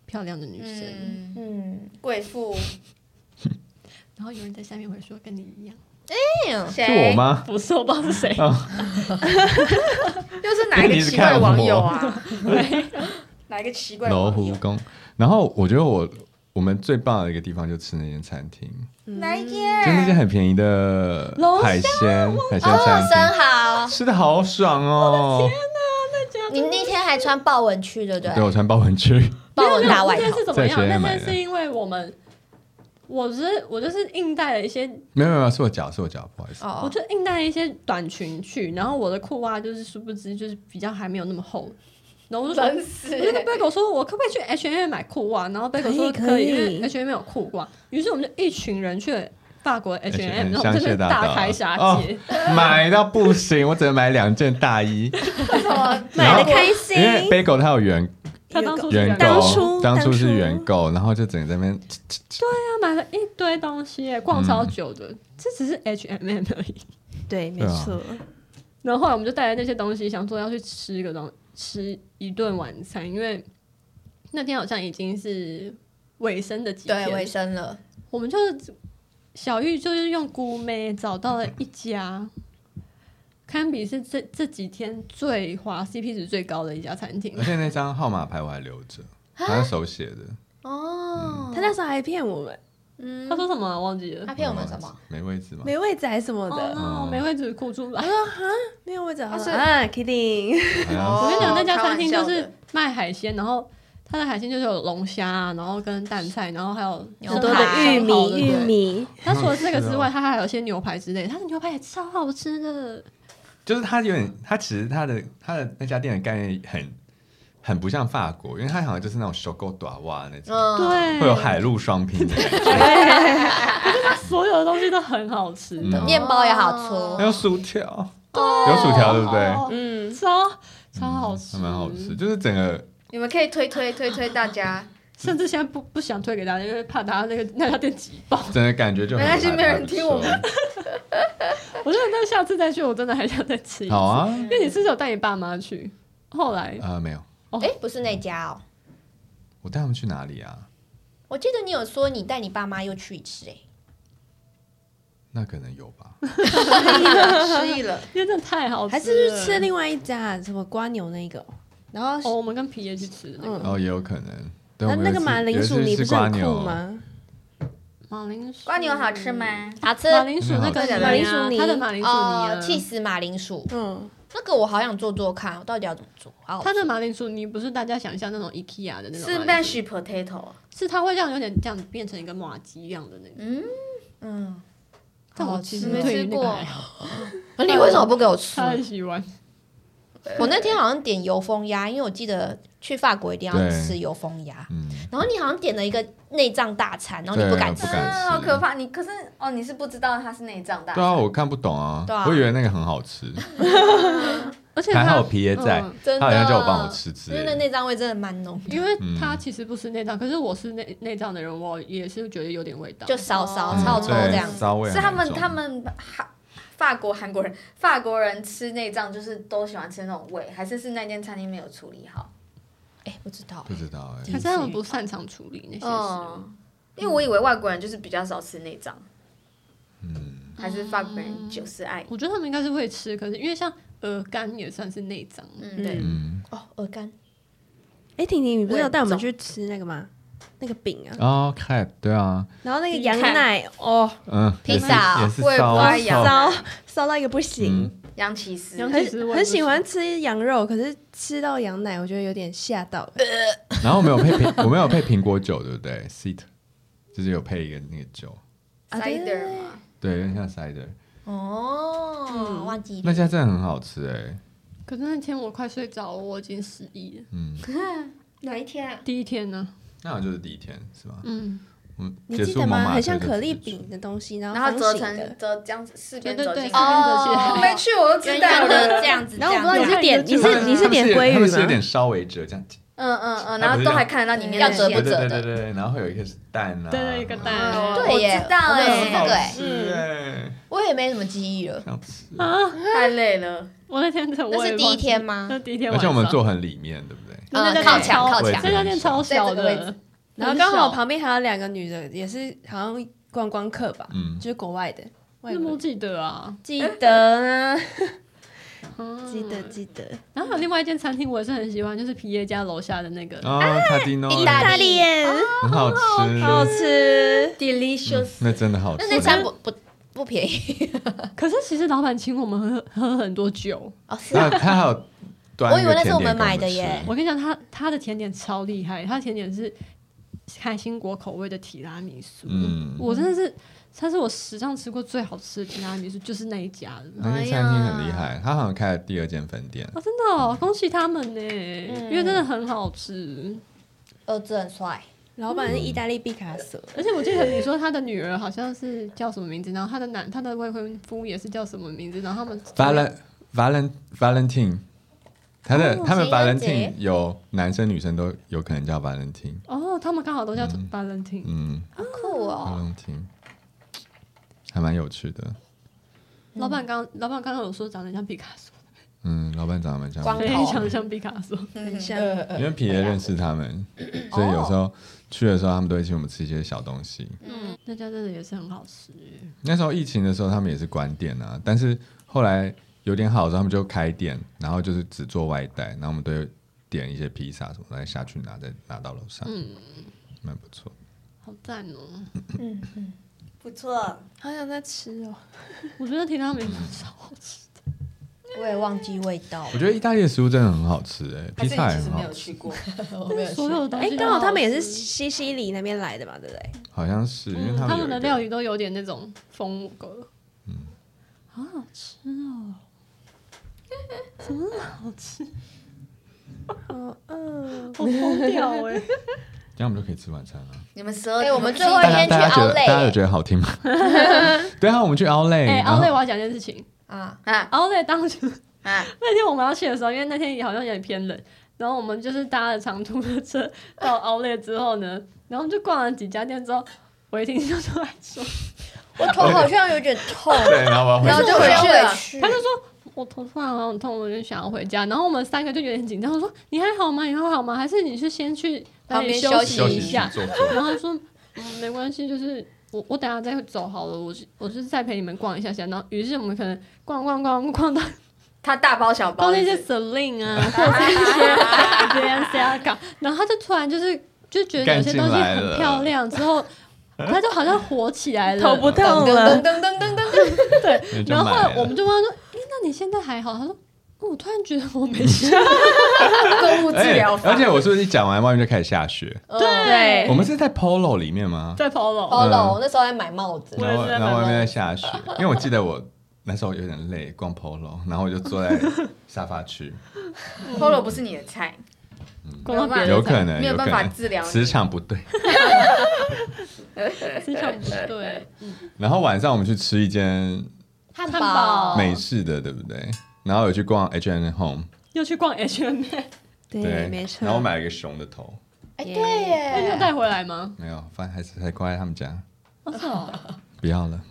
漂亮的女生， 嗯嗯，贵妇。 然后有人在下面会说跟你一样。 是我吗？ 不是，我不知道是谁。 又是哪一个奇怪的网友啊？哪一个奇怪的网友？ 罗浮宫。然后我觉得我我们最棒的一个地方就吃那间餐厅， 哪一间？ 就那间很便宜的海鲜海鲜餐厅， 生蚝吃的好爽哦！ 天哪，那家你那天还穿豹纹去，对不对？ 对，我穿豹纹去， 豹纹大外套。 那天是怎么样？那天是因为我们。我是我就是硬带了一些， 没有没有，是我脚是我脚，不好意思。 Oh. 我就硬带了一些短裙去，然后我的裤袜就是殊不知就是比较还没有那么厚，然后我就说，我就跟贝狗说，我可不可以去 H and M 买裤袜？然后贝狗说可以，因为 H and M 有裤袜。于是我们就一群人去了法国 H and M， 然后就是大开杀戒， 哦，买到不行，我只能买两件大衣， 为什么买的开心？ 因为贝狗它有原。 他当初原购， 当初是原购，然后就整个在那边。 对啊，买了一堆东西，逛超久的。嗯、这只是 H and M 而已。 对，没错。 啊、 然后后来我们就带着那些东西，想说要去吃个东吃一顿晚餐，因为那天好像已经是尾声的几天， 对，尾声了。 我们就小玉就是用估妹找到了一家。堪比是这这几天最花 C P 值最高的一家餐厅， 而且那张号码牌我还留着，他是手写的。 哦、 嗯，他那时候还骗我们， 嗯，他说什么忘记了？ 他骗我们什么？ 没位置吗？ 没位置还是什么的？ 哦，没位置哭出来。 我说哈，没有位置，啊，kidding。 我跟你讲，那家餐厅就是卖海鲜，然后它的海鲜就是有龙虾，然后跟蛋菜，然后还有很多的玉米，玉米。 它除了这个之外，它还有一些牛排之类的，它的牛排也超好吃的。 就是它有点，它其实它的它的那家店的概念很很不像法国，因为它好像就是那种手工短袜那种， 嗯、对， 会有海陆双拼的感觉。 可是它所有的东西都很好吃的， 面、嗯、包也好粗， 还有薯条，有薯条对不对？ 嗯，超超好吃， 还蛮、嗯、好吃，就是整个你们可以推推推推大家。 甚至现在不不想推给大家，因为怕大家那个那家店挤爆。 整个感觉就很没关系，没人听我们。 我觉得那下次再去，我真的还想再吃一次。 好啊， 因为你是不是有带你爸妈去？后来啊、呃、没有。 哎、欸，不是那家哦。 我带他们去哪里啊？ 我记得你有说你带你爸妈又去一次哎、欸。 那可能有吧。 失忆了， 因为真的太好吃了。 还是去吃另外一家什么瓜牛那个？然后哦，我们跟皮爷去吃的那个。 哦，也有可能。 那那个马铃薯你不是很酷吗？ 马铃薯瓜牛好吃吗？ 好吃。 马铃薯那个马铃薯泥， 它的马铃薯泥啊， 气死马铃薯。 嗯， 那个我好想做做看，我到底要怎么做？ 它的马铃薯泥不是大家想象那种 IKEA 的那种， 是 mashed potato， 是它会这样有点这样变成一个麻糬一样的那种。 嗯嗯， 但我其实没吃过。 你为什么不给我吃？ 他很喜欢。 我那天好像点油封鸭，因为我记得去法国一定要吃油封鸭。 嗯， 然后你好像点了一个内脏大餐，然后你不敢吃， 啊、好可怕！你可是哦，你是不知道它是内脏大餐。 对啊，我看不懂啊， 啊我以为那个很好吃。 而且还好皮爷在， 嗯、 他好像叫我帮我吃吃， 因为那内脏味真的蛮浓。 因为他其实不是内脏，可是我是内内脏的人，我也是觉得有点味道， 就烧烧嗯、 臭臭这样子。 是他们他们法国韩国人法国人吃内脏就是都喜欢吃那种味，还是是那间餐厅没有处理好？ 哎、欸，不知道， 不知道哎、欸， 还是他们不擅长处理那些事、 嗯。因为我以为外国人就是比较少吃内脏， 嗯， 还是法国人就是爱。 我觉得他们应该是会吃，可是因为像鹅肝也算是内脏， 嗯，对， 嗯， 哦，鹅肝。 哎、欸，婷婷，你不是有带我们去吃那个吗？那个饼啊， 哦 ，cat 对啊， 然后那个羊奶哦， 嗯， 披萨也是烧烧烧到一个不行， 嗯、 羊起司， 羊起司很很喜欢吃羊肉，可是吃到羊奶，我觉得有点吓到。 然后我们有配苹，我们有配苹果酒，对不对 ？Seat 就是有配一个那个酒 ，cider 嘛， 对，有点像 cider。 哦，嗯、忘记那家真的很好吃哎、欸。 可是那天我快睡着了，我已经失忆了。 嗯， 哪一天、啊？ 第一天呢、 啊？那好像就是第一天，是吧？ 嗯， 嗯， 你记得吗？很像可丽饼的东西，然后然后折成折这样子四边折进去。 哦， 我没去，我都知道了这样子。 然后我不知道你是点你是你是点鲑鱼吗？ 他们是有点稍微折这样。 嗯嗯嗯，然后都还看得到里面的馅， 对对对对对，然后会有一个蛋啊， 对对，一个蛋， 对耶， 我知道哎， 这个哎， 我也没什么记忆了， 想吃啊， 太累了。 我那天那是第一天吗？ 那第一天， 而且我们坐很里面，对不对？ 那家靠墙靠墙， 那家店超小的， 然后刚好旁边还有两个女的，也是好像观光客吧，嗯，就是国外的。 你怎么记得啊？ 记得啊。记得记得， 然后还有另外一间餐厅，我也是很喜欢，就是皮耶家楼下的那个哦，卡迪诺， 意大利耶， 很好吃， 好吃 ，delicious， 那真的好吃。 那那餐不不不便宜， 可是其实老板请我们喝喝很多酒哦，是啊， 他还有端， 我以为那是我们买的耶。 我跟你讲，他他的甜点超厉害，他的甜点是开心果口味的提拉米苏，嗯，我真的是。它是我史上吃过最好吃的提拉米苏，就是那一家的。 那间餐厅很厉害，他好像开了第二间分店。 哦，真的哦，恭喜他们呢，因为真的很好吃。 儿子很帅， 老板是意大利毕卡索， 而且我记得你说他的女儿好像是叫什么名字，然后他的男他的未婚夫也是叫什么名字，然后他们 Valen Valen Valentine， 他的他们 Valentine 有男生女生都有可能叫 Valentine。 哦，他们刚好都叫 Valentine， 嗯，好酷哦 ，Valentine。还蛮有趣的。 老板刚老板刚刚有说长得像毕卡索， 嗯，老板长得蛮像， 非常像毕卡索， 很像。 因为皮耶认识他们，所以有时候去的时候，他们都会请我们吃一些小东西。 嗯，那家真的也是很好吃。 那时候疫情的时候，他们也是关店啊，但是后来有点好的时候，他们就开店，然后就是只做外带，然后我们都会点一些披萨什么，再下去拿，再拿到楼上，嗯，蛮不错。 好赞哦！ 嗯嗯。不错， 好想再吃哦！ 我觉得提拉米苏超好吃的， 我也忘记味道。 我觉得意大利的食物真的很好吃哎、欸，披萨也很好吃。 没有去过， 我没有去。 所有东西哎，刚好他们也是西西里那边来的嘛，对不对？ 好像是，因为他们们的料理都有点那种风格，嗯，好好吃哦，怎么那么好吃？ 好饿， 好疯掉哎！ 这样我们就可以吃晚餐了。 你们十二点，我们最后一天去 Outlet， 大家有觉得好听吗？对啊，我们去 Outlet。 哎 ，Outlet 我要讲件事情啊啊 ，Outlet 当时那天我们要去的时候，因为那天好像有点偏冷，然后我们就是搭了长途的车到 Outlet 之后呢，然后就逛了几家店之后，我一听就出来说， 我头好像有点痛， 对，然后我要回然后就回去了， 他就说。我头突然好痛，我就想要回家。然后我们三个就有点紧张，我说：“你还好吗？你还好吗？还是你是先去旁边休息一下？”然后他说：“嗯，没关系，就是我我等下再走好了。我是我是再陪你们逛一下下。”然后于是我们可能逛逛逛逛到他大包小包， 逛那些 Celine 啊，或者是一些 Balenciaga， 然后他就突然就是就觉得有些东西很漂亮，之后他就好像火起来了， 头不痛了， 噔噔噔噔噔噔， 对。然后后来我们就问他说：“哎，那你现在还好？”他说。我突然觉得我没事， 购物治疗法。 而且我是不是一讲完，外面就开始下雪？ 对， 我们是在 Polo 里面吗？ 在 Polo Polo，我那时候在买帽子， 然后然后外面在下雪，因为我记得我那时候有点累，逛 Polo， 然后我就坐在沙发区。 Polo 不是你的菜， 有可能没有办法治疗， 磁场不对， 磁场不对。 然后晚上我们去吃一间汉堡美式的，对不对？然后有去逛 H and M， 又去逛 H and M， 对，没错。 然后我买了一个熊的头， 哎，对耶， 那就带回来吗？ 没有，反正还是还挂在他们家。 哦，是哦， 不要了，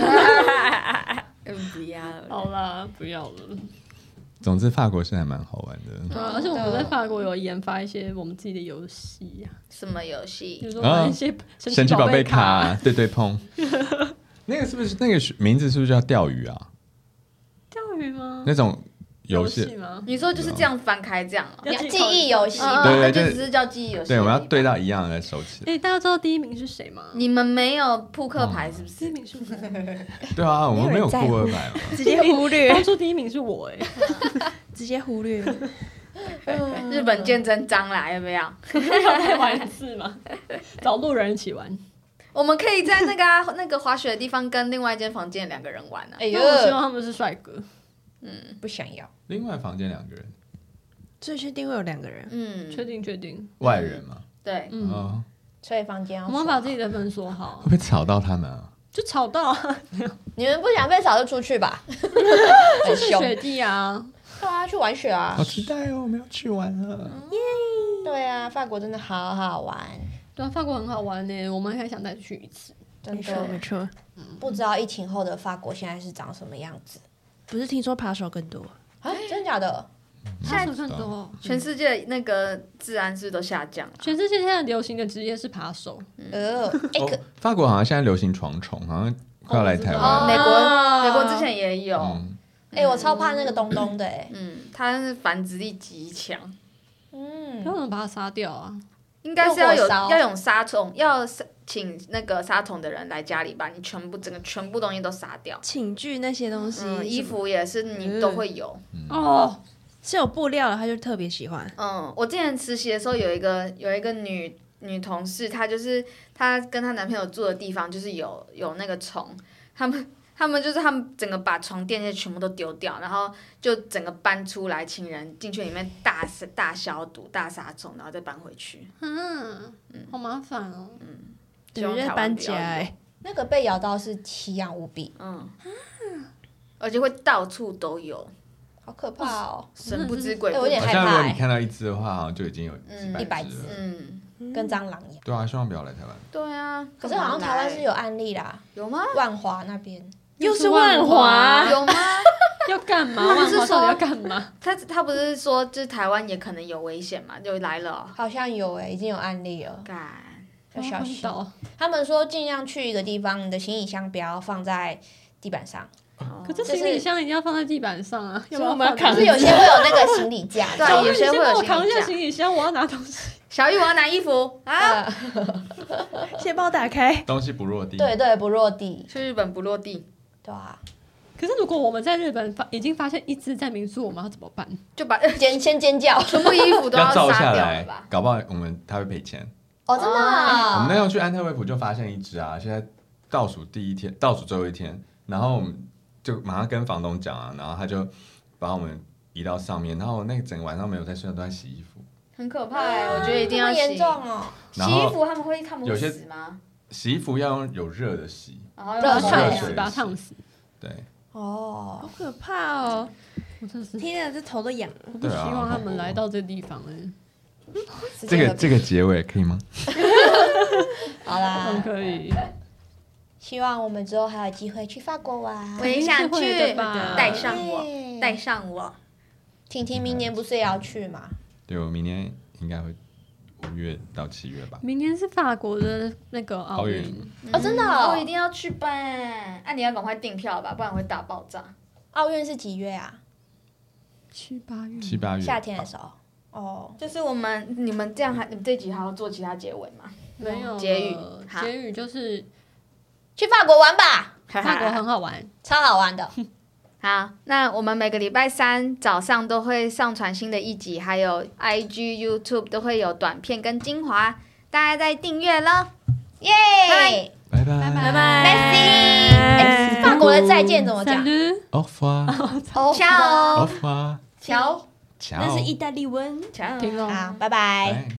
不要了， 好啦，不要了。 总之，法国是还蛮好玩的。 对啊，而且我们在法国有研发一些我们自己的游戏呀。 什么游戏？ 比如说玩一些神奇宝贝卡， 对对碰。那个是不是那个名字是不是叫钓鱼啊？ 钓鱼吗？ 那种游戏吗？ 你说就是这样翻开这样啊？ 记忆游戏， 对对，就只是叫记忆游戏。 对，我们要对到一样的收起来。 哎，大家知道第一名是谁吗？ 你们没有扑克牌是不是？ 第一名是我。 对啊，我们没有扑克牌嘛， 直接忽略。 当初第一名是我哎， 直接忽略。 日本见真章啦，要不要？ 要再玩一次吗？找路人一起玩。 我们可以在那个、啊、那个滑雪的地方跟另外一间房间两个人玩啊。 哎呦，我希望他们是帅哥。 嗯，不想要。 另外房间两个人， 所以确定会有两个人。 嗯， 确定确定。 外人嘛。 对， 嗯。 哦、 所以房间要。 我们把自己的分说好。 会不会吵到他们啊？ 就吵到啊！ 你们不想被吵就出去吧。 很凶。雪地啊。 对啊，去玩雪啊。 好期待哦！我们要去玩了。 耶！ 对啊，法国真的好好玩。 对啊，法国很好玩呢，我们还想再去一次。 没错没错。 不知道疫情后的法国现在是长什么样子？ 不是听说爬手更多啊？真的假的？ 现在更多， 全世界那个治安是都下降了。 全世界现在流行的职业是扒手。 呃，哎，可法国好像现在流行床虫，好像快要来台湾。 美国美国之前也有。 哎，我超怕那个东东的哎。 嗯，它是繁殖力极强。 嗯， 为什么把它杀掉啊？ 应该是要有要有杀虫，要请那个杀虫的人来家里把你全部整个全部东西都杀掉。 寝具那些东西， 嗯，衣服也是你都会有。 哦，是有布料的，他就特别喜欢。 嗯，我之前实习的时候有一个有一个女女同事，她就是她跟她男朋友住的地方就是有有那个虫，他们。他们就是他们整个把床垫那些全部都丢掉，然后就整个搬出来，请人进去里面大大消毒、大杀虫，然后再搬回去。 嗯，好麻烦哦。 嗯， 对，在搬家哎。 那个被咬到是奇痒无比。 嗯，而且会到处都有， 好可怕哦！ 神不知鬼不觉。 我有点害怕。 如果你看到一只的话，好像就已经有一百只， 嗯， 跟蟑螂一样。 对啊，希望不要来台湾。 对啊， 可是好像台湾是有案例啦， 有吗？ 万华那边。 又是万华， 有吗？ 要干嘛？万华到底要干嘛？ 他他不是说，就是台湾也可能有危险嘛，就来了、哦。 好像有诶、欸，已经有案例了。 干， 要小心。他们说尽量去一个地方，你的行李箱不要放在地板上。 哦、可是行李箱一定要放在地板上啊，要不然我们要扛。 是有些会有那个行李架， 对，有些会有行李架。 我扛一下行李箱，我要拿东西。 小玉，我要拿衣服啊！ 先帮我打开。 东西不落地。 对对，不落地。 去日本不落地。 对啊。 可是如果我们在日本发已经发现一只在民宿，我们要怎么办？ 就把尖先尖叫， 全部衣服都要照下来吧？搞不好我们他会赔钱。 哦，真的、啊。 我们那天去安特卫普就发现一只啊，现在倒数第一天，倒数最后一天，然后我们就马上跟房东讲啊，然后他就把我们移到上面，然后我那个整个晚上没有在睡，都在洗衣服。 很可怕哎、欸，我觉得一定要洗。 严重哦。 洗衣服他们会他们会死吗？ 洗衣服要用有热的洗， 然后热烫死，把它烫死。 对。 哦， 好可怕哦！ 我真是天啊，这头都痒了。 我不希望他们来到这个地方哎。 这个这个结尾可以吗？ 好啦， 可以。 希望我们之后还有机会去法国玩。 我也想去，带上我，带上我。 婷婷明年不是也要去吗？ 对，我明年应该会五月到七月吧。 明年是法国的那个奥运哦，真的哦，我一定要去办。啊，你要赶快订票吧，不然会大爆炸。 奥运是几月啊？ 七八月。 七八月。 夏天的时候。哦， 就是我们你们这样还你们这集还要做其他结尾吗？ 没有结语， 结语就是去法国玩吧， 法国很好玩， 超好玩的。 好，那我们每个礼拜三早上都会上传新的一集，还有 I G、YouTube 都会有短片跟精华，大家再订阅咯，耶！ 拜拜拜拜 ，Merci。哎，法国的再见怎么讲 ？Au revoir。 Ciao。 Au revoir。 乔。 那是意大利文。 乔。 好，拜拜。